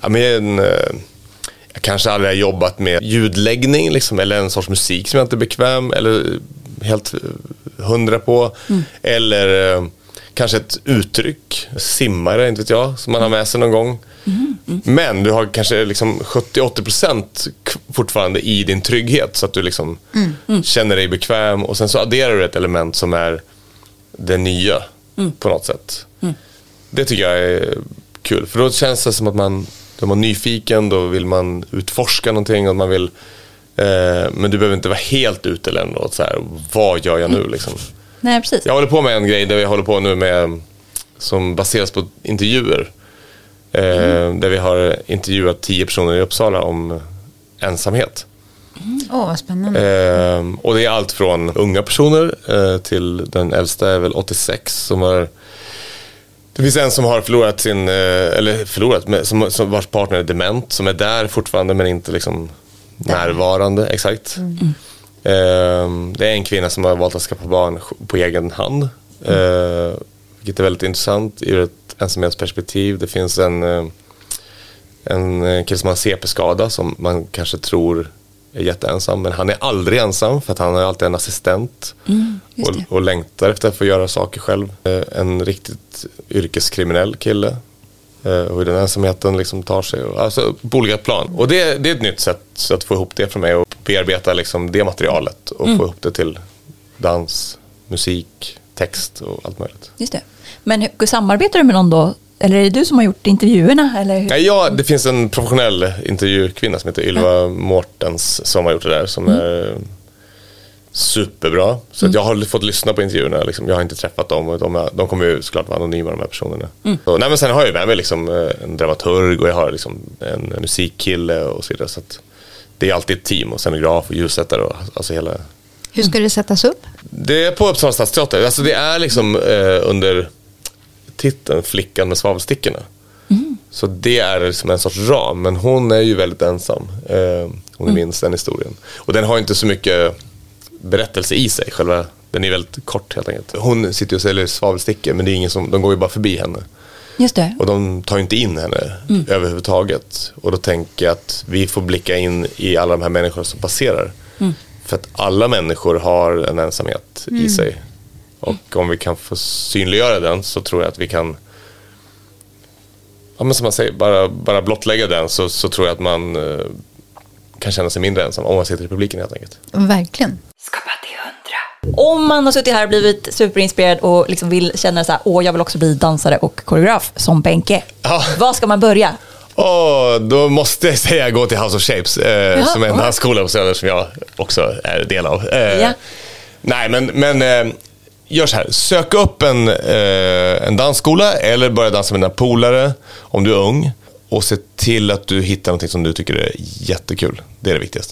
Speaker 1: jag kanske aldrig har jobbat med ljudläggning liksom, eller en sorts musik som jag inte är bekväm eller helt 100 på. Eller kanske ett uttryck, simmare, inte vet jag, som man har med sig någon gång. Men du har kanske liksom 70-80% fortfarande i din trygghet, så att du liksom känner dig bekväm, och sen så adderar du ett element som är det nya på något sätt. Det tycker jag är kul, för då känns det som att man är nyfiken, då vill man utforska någonting, och man vill men du behöver inte vara helt utelämnad och så här, vad gör jag nu liksom?
Speaker 2: Nej, precis.
Speaker 1: Jag håller på med en grej där vi håller på nu med, som baseras på intervjuer. Där vi har intervjuat 10 personer i Uppsala om ensamhet.
Speaker 3: Vad spännande.
Speaker 1: Och det är allt från unga personer till den äldsta är väl 86, som har... Det finns en som har förlorat sin, som vars partner är dement, som är där fortfarande men inte liksom närvarande, exakt. Det är en kvinna som har valt att skaffa barn på egen hand, vilket är väldigt intressant ur ett ensamhetsperspektiv. Det finns en kille som har en CP-skada som man kanske tror är jätteensam, men han är aldrig ensam, för att han har alltid en assistent och längtar efter att få göra saker själv. En riktigt yrkeskriminell kille, och hur den ensamheten liksom tar sig, alltså på olika plan. Och det är ett nytt sätt att få ihop det för mig, och bearbeta liksom det materialet och få ihop det till dans, musik, text och allt möjligt.
Speaker 2: Just det. Men hur samarbetar du med någon då? Eller är det du som har gjort intervjuerna? Eller?
Speaker 1: Ja, det finns en professionell intervjukvinna som heter Ylva Mårtens som har gjort det där, som är superbra. Så att jag har fått lyssna på intervjuerna. Liksom. Jag har inte träffat dem, och de kommer ju såklart vara anonyma, de här personerna. Så, men sen har jag med mig liksom en dramaturg, och jag har liksom en musikkille och så vidare. Så att det är alltid ett team, och scenograf och ljussättare och alltså hela...
Speaker 3: Hur ska det sättas upp?
Speaker 1: Det är på Uppsala stadsteater. Alltså det är liksom under titeln Flickan med svavelstickorna. Så det är liksom en sorts ram, men hon är ju väldigt ensam. Hon minns den historien. Och den har inte så mycket berättelse i sig själva. Den är väldigt kort helt enkelt. Hon sitter och säljer svavelstickor, men det är ingen som, de går ju bara förbi henne.
Speaker 2: Just det.
Speaker 1: Och de tar inte in henne överhuvudtaget. Och då tänker jag att vi får blicka in i alla de här människorna som passerar. För att alla människor har en ensamhet i sig. Och om vi kan få synliggöra den, så tror jag att vi kan, ja, men som man säger, bara blottlägga den, så tror jag att man kan känna sig mindre ensam om man sitter i publiken helt enkelt.
Speaker 3: Verkligen.
Speaker 4: Skapa till 100.
Speaker 2: Om man har suttit här och blivit superinspirerad och liksom vill känna så här, jag vill också bli dansare och koreograf som Benke. Var ska man börja?
Speaker 1: Då måste jag säga gå till House of Shapes, som är en dansskola på Söder som jag också är del av. Nej, men gör så här. Sök upp en dansskola, eller börja dansa med dina polare om du är ung, och se till att du hittar något som du tycker är jättekul. Det är det viktigaste.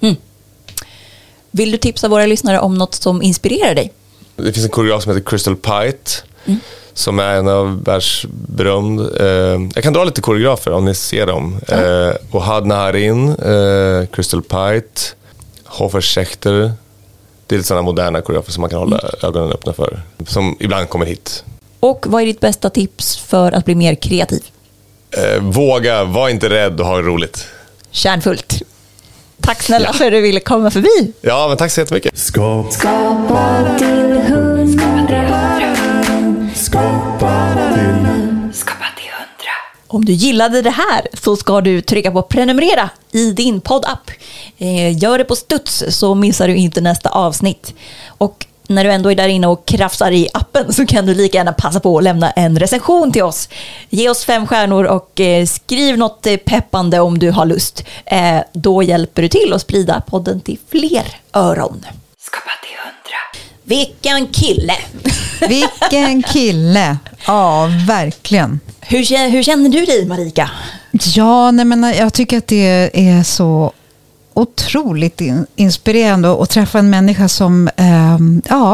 Speaker 1: Vill
Speaker 2: du tipsa våra lyssnare om något som inspirerar dig?
Speaker 1: Det finns en koreograf som heter Crystal Pite, som är en av världsberömd. Jag kan dra lite koreografer om ni ser dem. Ohad Naharin, Crystal Pite, Hofer Schechter. Det är lite sådana moderna koreografer som man kan hålla ögonen öppna för, som ibland kommer hit. Och vad är ditt bästa tips för att bli mer kreativ? Våga, var inte rädd och ha roligt. Kärnfullt. Tack snälla för att du ville komma förbi. Ja, men tack så jättemycket. Skapa till 100. Skapa till 100. Om du gillade det här så ska du trycka på prenumerera i din poddapp. Gör det på studs så missar du inte nästa avsnitt. Och när du ändå är där inne och krafsar i appen så kan du lika gärna passa på att lämna en recension till oss. Ge oss 5 stjärnor och skriv något peppande om du har lust. Då hjälper du till att sprida podden till fler öron. Skapa till 100. Vilken kille! Vilken kille! Ja, verkligen. Hur känner du dig, Marika? Ja, jag tycker att det är så otroligt inspirerande att träffa en människa som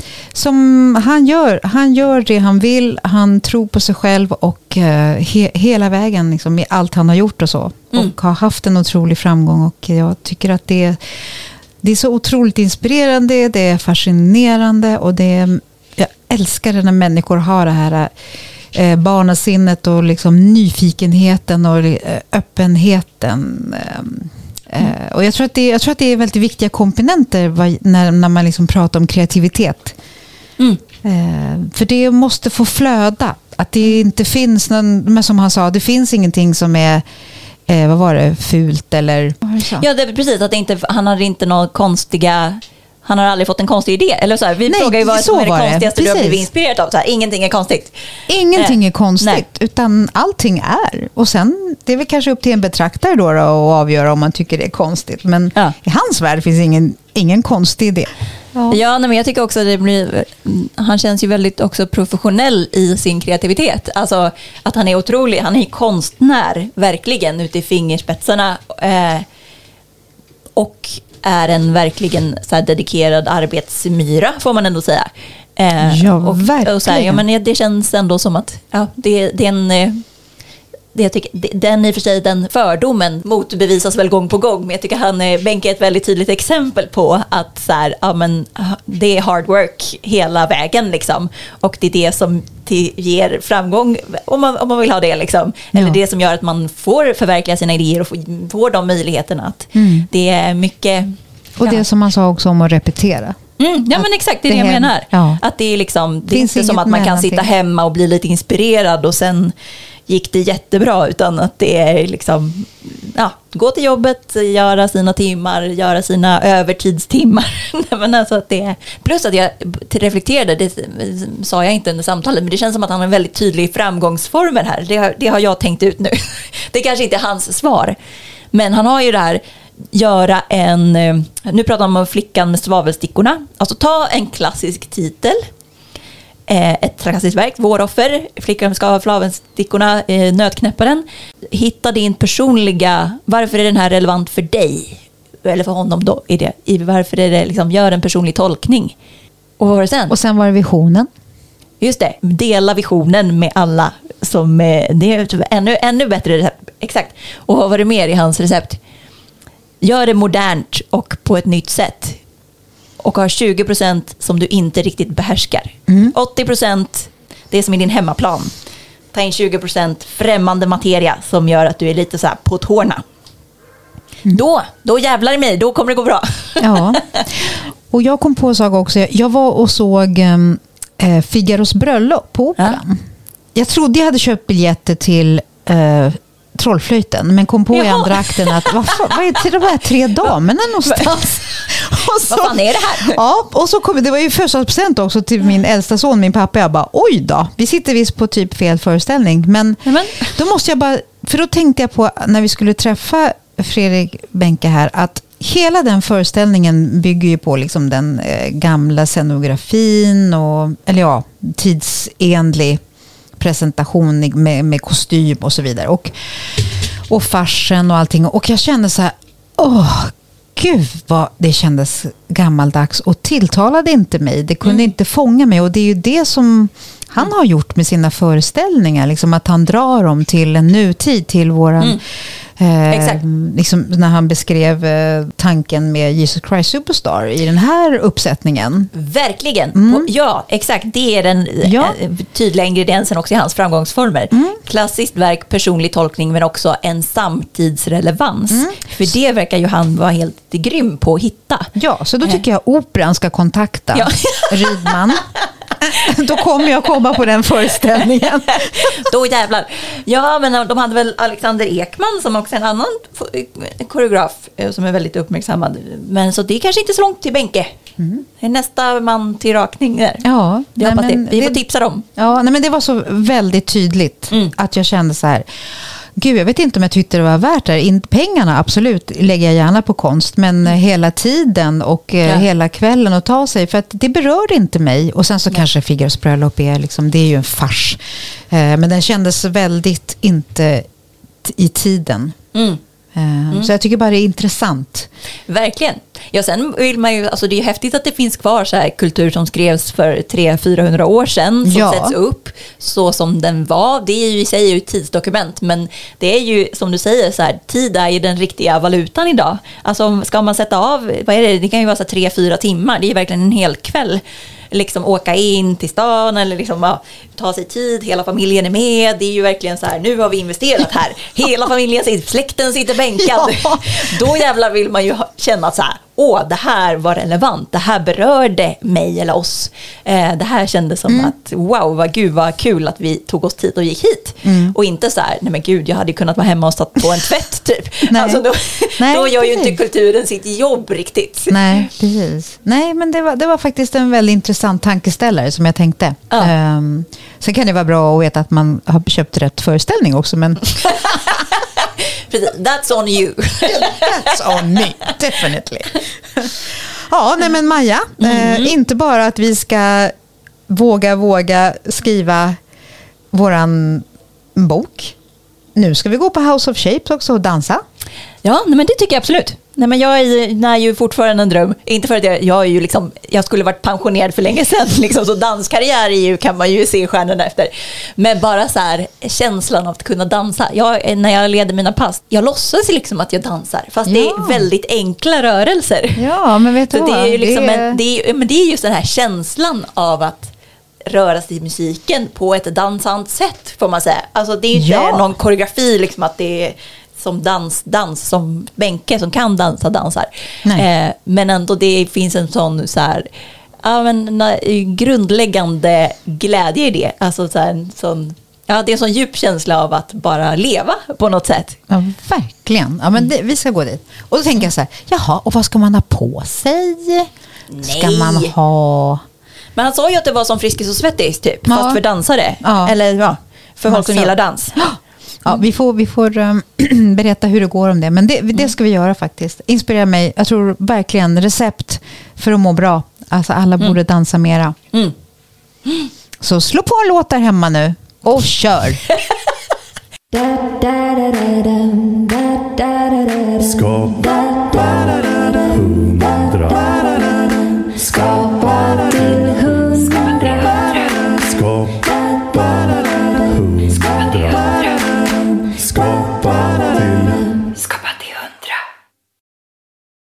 Speaker 3: som han gör det han vill, han tror på sig själv och hela vägen liksom, i allt han har gjort och så. Och har haft en otrolig framgång, och jag tycker att det är så otroligt inspirerande, det är fascinerande, och jag älskar det när människor har det här barnasinnet och liksom nyfikenheten och öppenheten. Och jag tror att det är väldigt viktiga komponenter när man liksom pratar om kreativitet. För det måste få flöda. Att det inte finns men som han sa, det finns ingenting som är vad var det, fult eller...
Speaker 2: Ja, det är precis, att han har inte några konstiga... Han har aldrig fått en konstig idé. Eller så här, vi frågar ju vad som är det konstigaste du har blivit inspirerad av. Så här, ingenting är konstigt.
Speaker 3: Ingenting är konstigt, utan allting är. Och sen, det är väl kanske upp till en betraktare då att avgöra om man tycker det är konstigt. Men i hans värld finns ingen konstig idé.
Speaker 2: Ja, men jag tycker också att han känns ju väldigt också professionell i sin kreativitet. Alltså att han är otrolig, han är konstnär verkligen ute i fingerspetsarna. Och är en verkligen så här dedikerad arbetsmyra, får man ändå säga.
Speaker 3: Verkligen.
Speaker 2: Och så här, men det känns ändå som att det är en... Jag tycker, den i och för sig, den fördomen motbevisas väl gång på gång, men jag tycker Benke är ett väldigt tydligt exempel på att så här, det är hard work hela vägen liksom, och det är det som ger framgång om man vill ha det liksom. Eller det som gör att man får förverkliga sina idéer och får de möjligheterna att det är mycket.
Speaker 3: Och det som man sa också om att repetera.
Speaker 2: Ja, men exakt, det är det jag menar. Att det är liksom, det är inte som att man kan sitta hemma och bli lite inspirerad och sen gick det jättebra, utan att det är liksom, gå till jobbet, göra sina timmar, göra sina övertidstimmar. Men alltså att det är, plus att jag reflekterade, det sa jag inte under samtalet, men det känns som att han har en väldigt tydlig framgångsformer här. Det har jag tänkt ut nu. Det kanske inte är hans svar, men han har ju det här, nu pratar man om Flickan med svavelstickorna. Alltså ta en klassisk titel, ett klassiskt verk, Våroffer, Flickan med svavelstickorna, Nötknäpparen. Hitta din personliga, varför är den här relevant för dig? Eller för honom då, varför är det liksom, gör en personlig tolkning. Och vad var det sen?
Speaker 3: Och sen var det visionen.
Speaker 2: Just det, dela visionen med alla som, det är ännu bättre recept. Exakt. Och vad var det mer i hans recept? Gör det modernt och på ett nytt sätt. Och har 20% som du inte riktigt behärskar. 80% det som är din hemmaplan. Ta in 20% främmande materia som gör att du är lite så här på tårna. Då jävlar i mig, då kommer det gå bra.
Speaker 3: Ja. Och jag kom på en sak också. Jag var och såg Figaros bröllop på Operan. Jag trodde jag hade köpt biljetter till Trollflöjten, men kom på i andra akten att vad är de här 3 damerna någonstans?
Speaker 2: Vad fan är det här?
Speaker 3: Ja, och så kom det var ju födelsedagspresent också till min äldsta son, min pappa. Jag bara, oj då, vi sitter visst på typ fel föreställning. Men då måste jag bara, för då tänkte jag på när vi skulle träffa Fredrik Benke här, att hela den föreställningen bygger ju på liksom den gamla scenografin och, tidsenlig presentation med kostym och så vidare. Och farsen och allting. Och jag kände så här, gud vad det kändes gammaldags och tilltalade inte mig. Det kunde inte fånga mig, och det är ju det som han har gjort med sina föreställningar, liksom att han drar dem till en nutid, till våran liksom när han beskrev tanken med Jesus Christ Superstar i den här uppsättningen.
Speaker 2: Verkligen. Ja, exakt. Det är den tydliga ingrediensen också i hans framgångsformer. Klassiskt verk, personlig tolkning, men också en samtidsrelevans. För det verkar ju han vara helt grym på att hitta. Ja,
Speaker 3: så då tycker jag Operan ska kontakta Rydman. Då kommer jag komma på den föreställningen.
Speaker 2: Då jävlar. Ja, men de hade väl Alexander Ekman som också en annan koreograf som är väldigt uppmärksammad. Men så det är kanske inte så långt till Benke. Det är nästa man till rakning där.
Speaker 3: Ja,
Speaker 2: vi får tipsa dem.
Speaker 3: Ja, men det var så väldigt tydligt att jag kände så här, gud, jag vet inte om jag tyckte det var värt det. Pengarna, absolut, lägger jag gärna på konst. Men hela tiden och hela kvällen att ta sig. För att det berörde inte mig. Och sen så kanske Figaros bröllop är liksom, det är ju en fars. Men den kändes väldigt inte i tiden. Så jag tycker bara det är intressant.
Speaker 2: Verkligen. Ja, sen vill man ju, alltså det är ju häftigt att det finns kvar så här kultur som skrevs för 300-400 år sedan som sätts upp så som den var. Det är ju i sig ett tidsdokument, men det är ju som du säger så här, tid är ju den riktiga valutan idag. Alltså ska man sätta av, vad är det? Det kan ju vara så 3-4 timmar. Det är ju verkligen en hel kväll. Liksom åka in till stan eller liksom ta sig tid, hela familjen är med. Det är ju verkligen så här, nu har vi investerat här. Hela familjen, släkten sitter bänkad. Ja. Då jävlar vill man ju känna så här, det här var relevant. Det här berörde mig eller oss. Det här kändes som att, vad kul att vi tog oss tid och gick hit. Och inte så här, nej men gud, jag hade kunnat vara hemma och satt på en tvätt typ. Alltså då gör ju inte kulturen sitt jobb riktigt.
Speaker 3: Nej, precis. Nej, men det var faktiskt en väldigt intressant tankeställare som jag tänkte. Sen kan det vara bra att veta att man har köpt rätt föreställning också, men...
Speaker 2: Precis, that's on you.
Speaker 3: That's on me, definitely. Ja, nej men Maja, inte bara att vi ska våga skriva våran bok. Nu ska vi gå på House of Shapes också och dansa.
Speaker 2: Ja, men det tycker jag absolut. Nej, men jag är ju fortfarande en dröm. Inte för att jag är ju liksom, jag skulle varit pensionerad för länge sedan. Liksom, så danskarriär är ju, kan man ju se stjärnorna efter. Men bara så här, känslan av att kunna dansa. När jag leder mina pass, jag låtsas liksom att jag dansar. Fast det är väldigt enkla rörelser.
Speaker 3: Ja, men vet du vad?
Speaker 2: Det är ju liksom men det är just den här känslan av att röra sig i musiken på ett dansant sätt, får man säga. Alltså det är ju inte någon koreografi liksom att det är som dans som Benke som kan dansar. Men ändå det finns en sån så här, grundläggande glädje i det. Alltså så här, en sån, det är en sån djup känsla av att bara leva på något sätt.
Speaker 3: Ja, verkligen. Ja, men vi ska gå dit. Och då tänker jag så här, jaha, och vad ska man ha på sig? Ska man ha...
Speaker 2: Men han sa ju att det var som Friskis och Svettis typ, fast för dansare. Eller för folk som gillar dans.
Speaker 3: Ja, vi får berätta hur det går om det. Men det ska vi göra faktiskt. Inspirera mig. Jag tror verkligen recept för att må bra. Alltså alla borde dansa mera. Så slå på en låt där hemma nu. Och kör.
Speaker 8: Skapa 100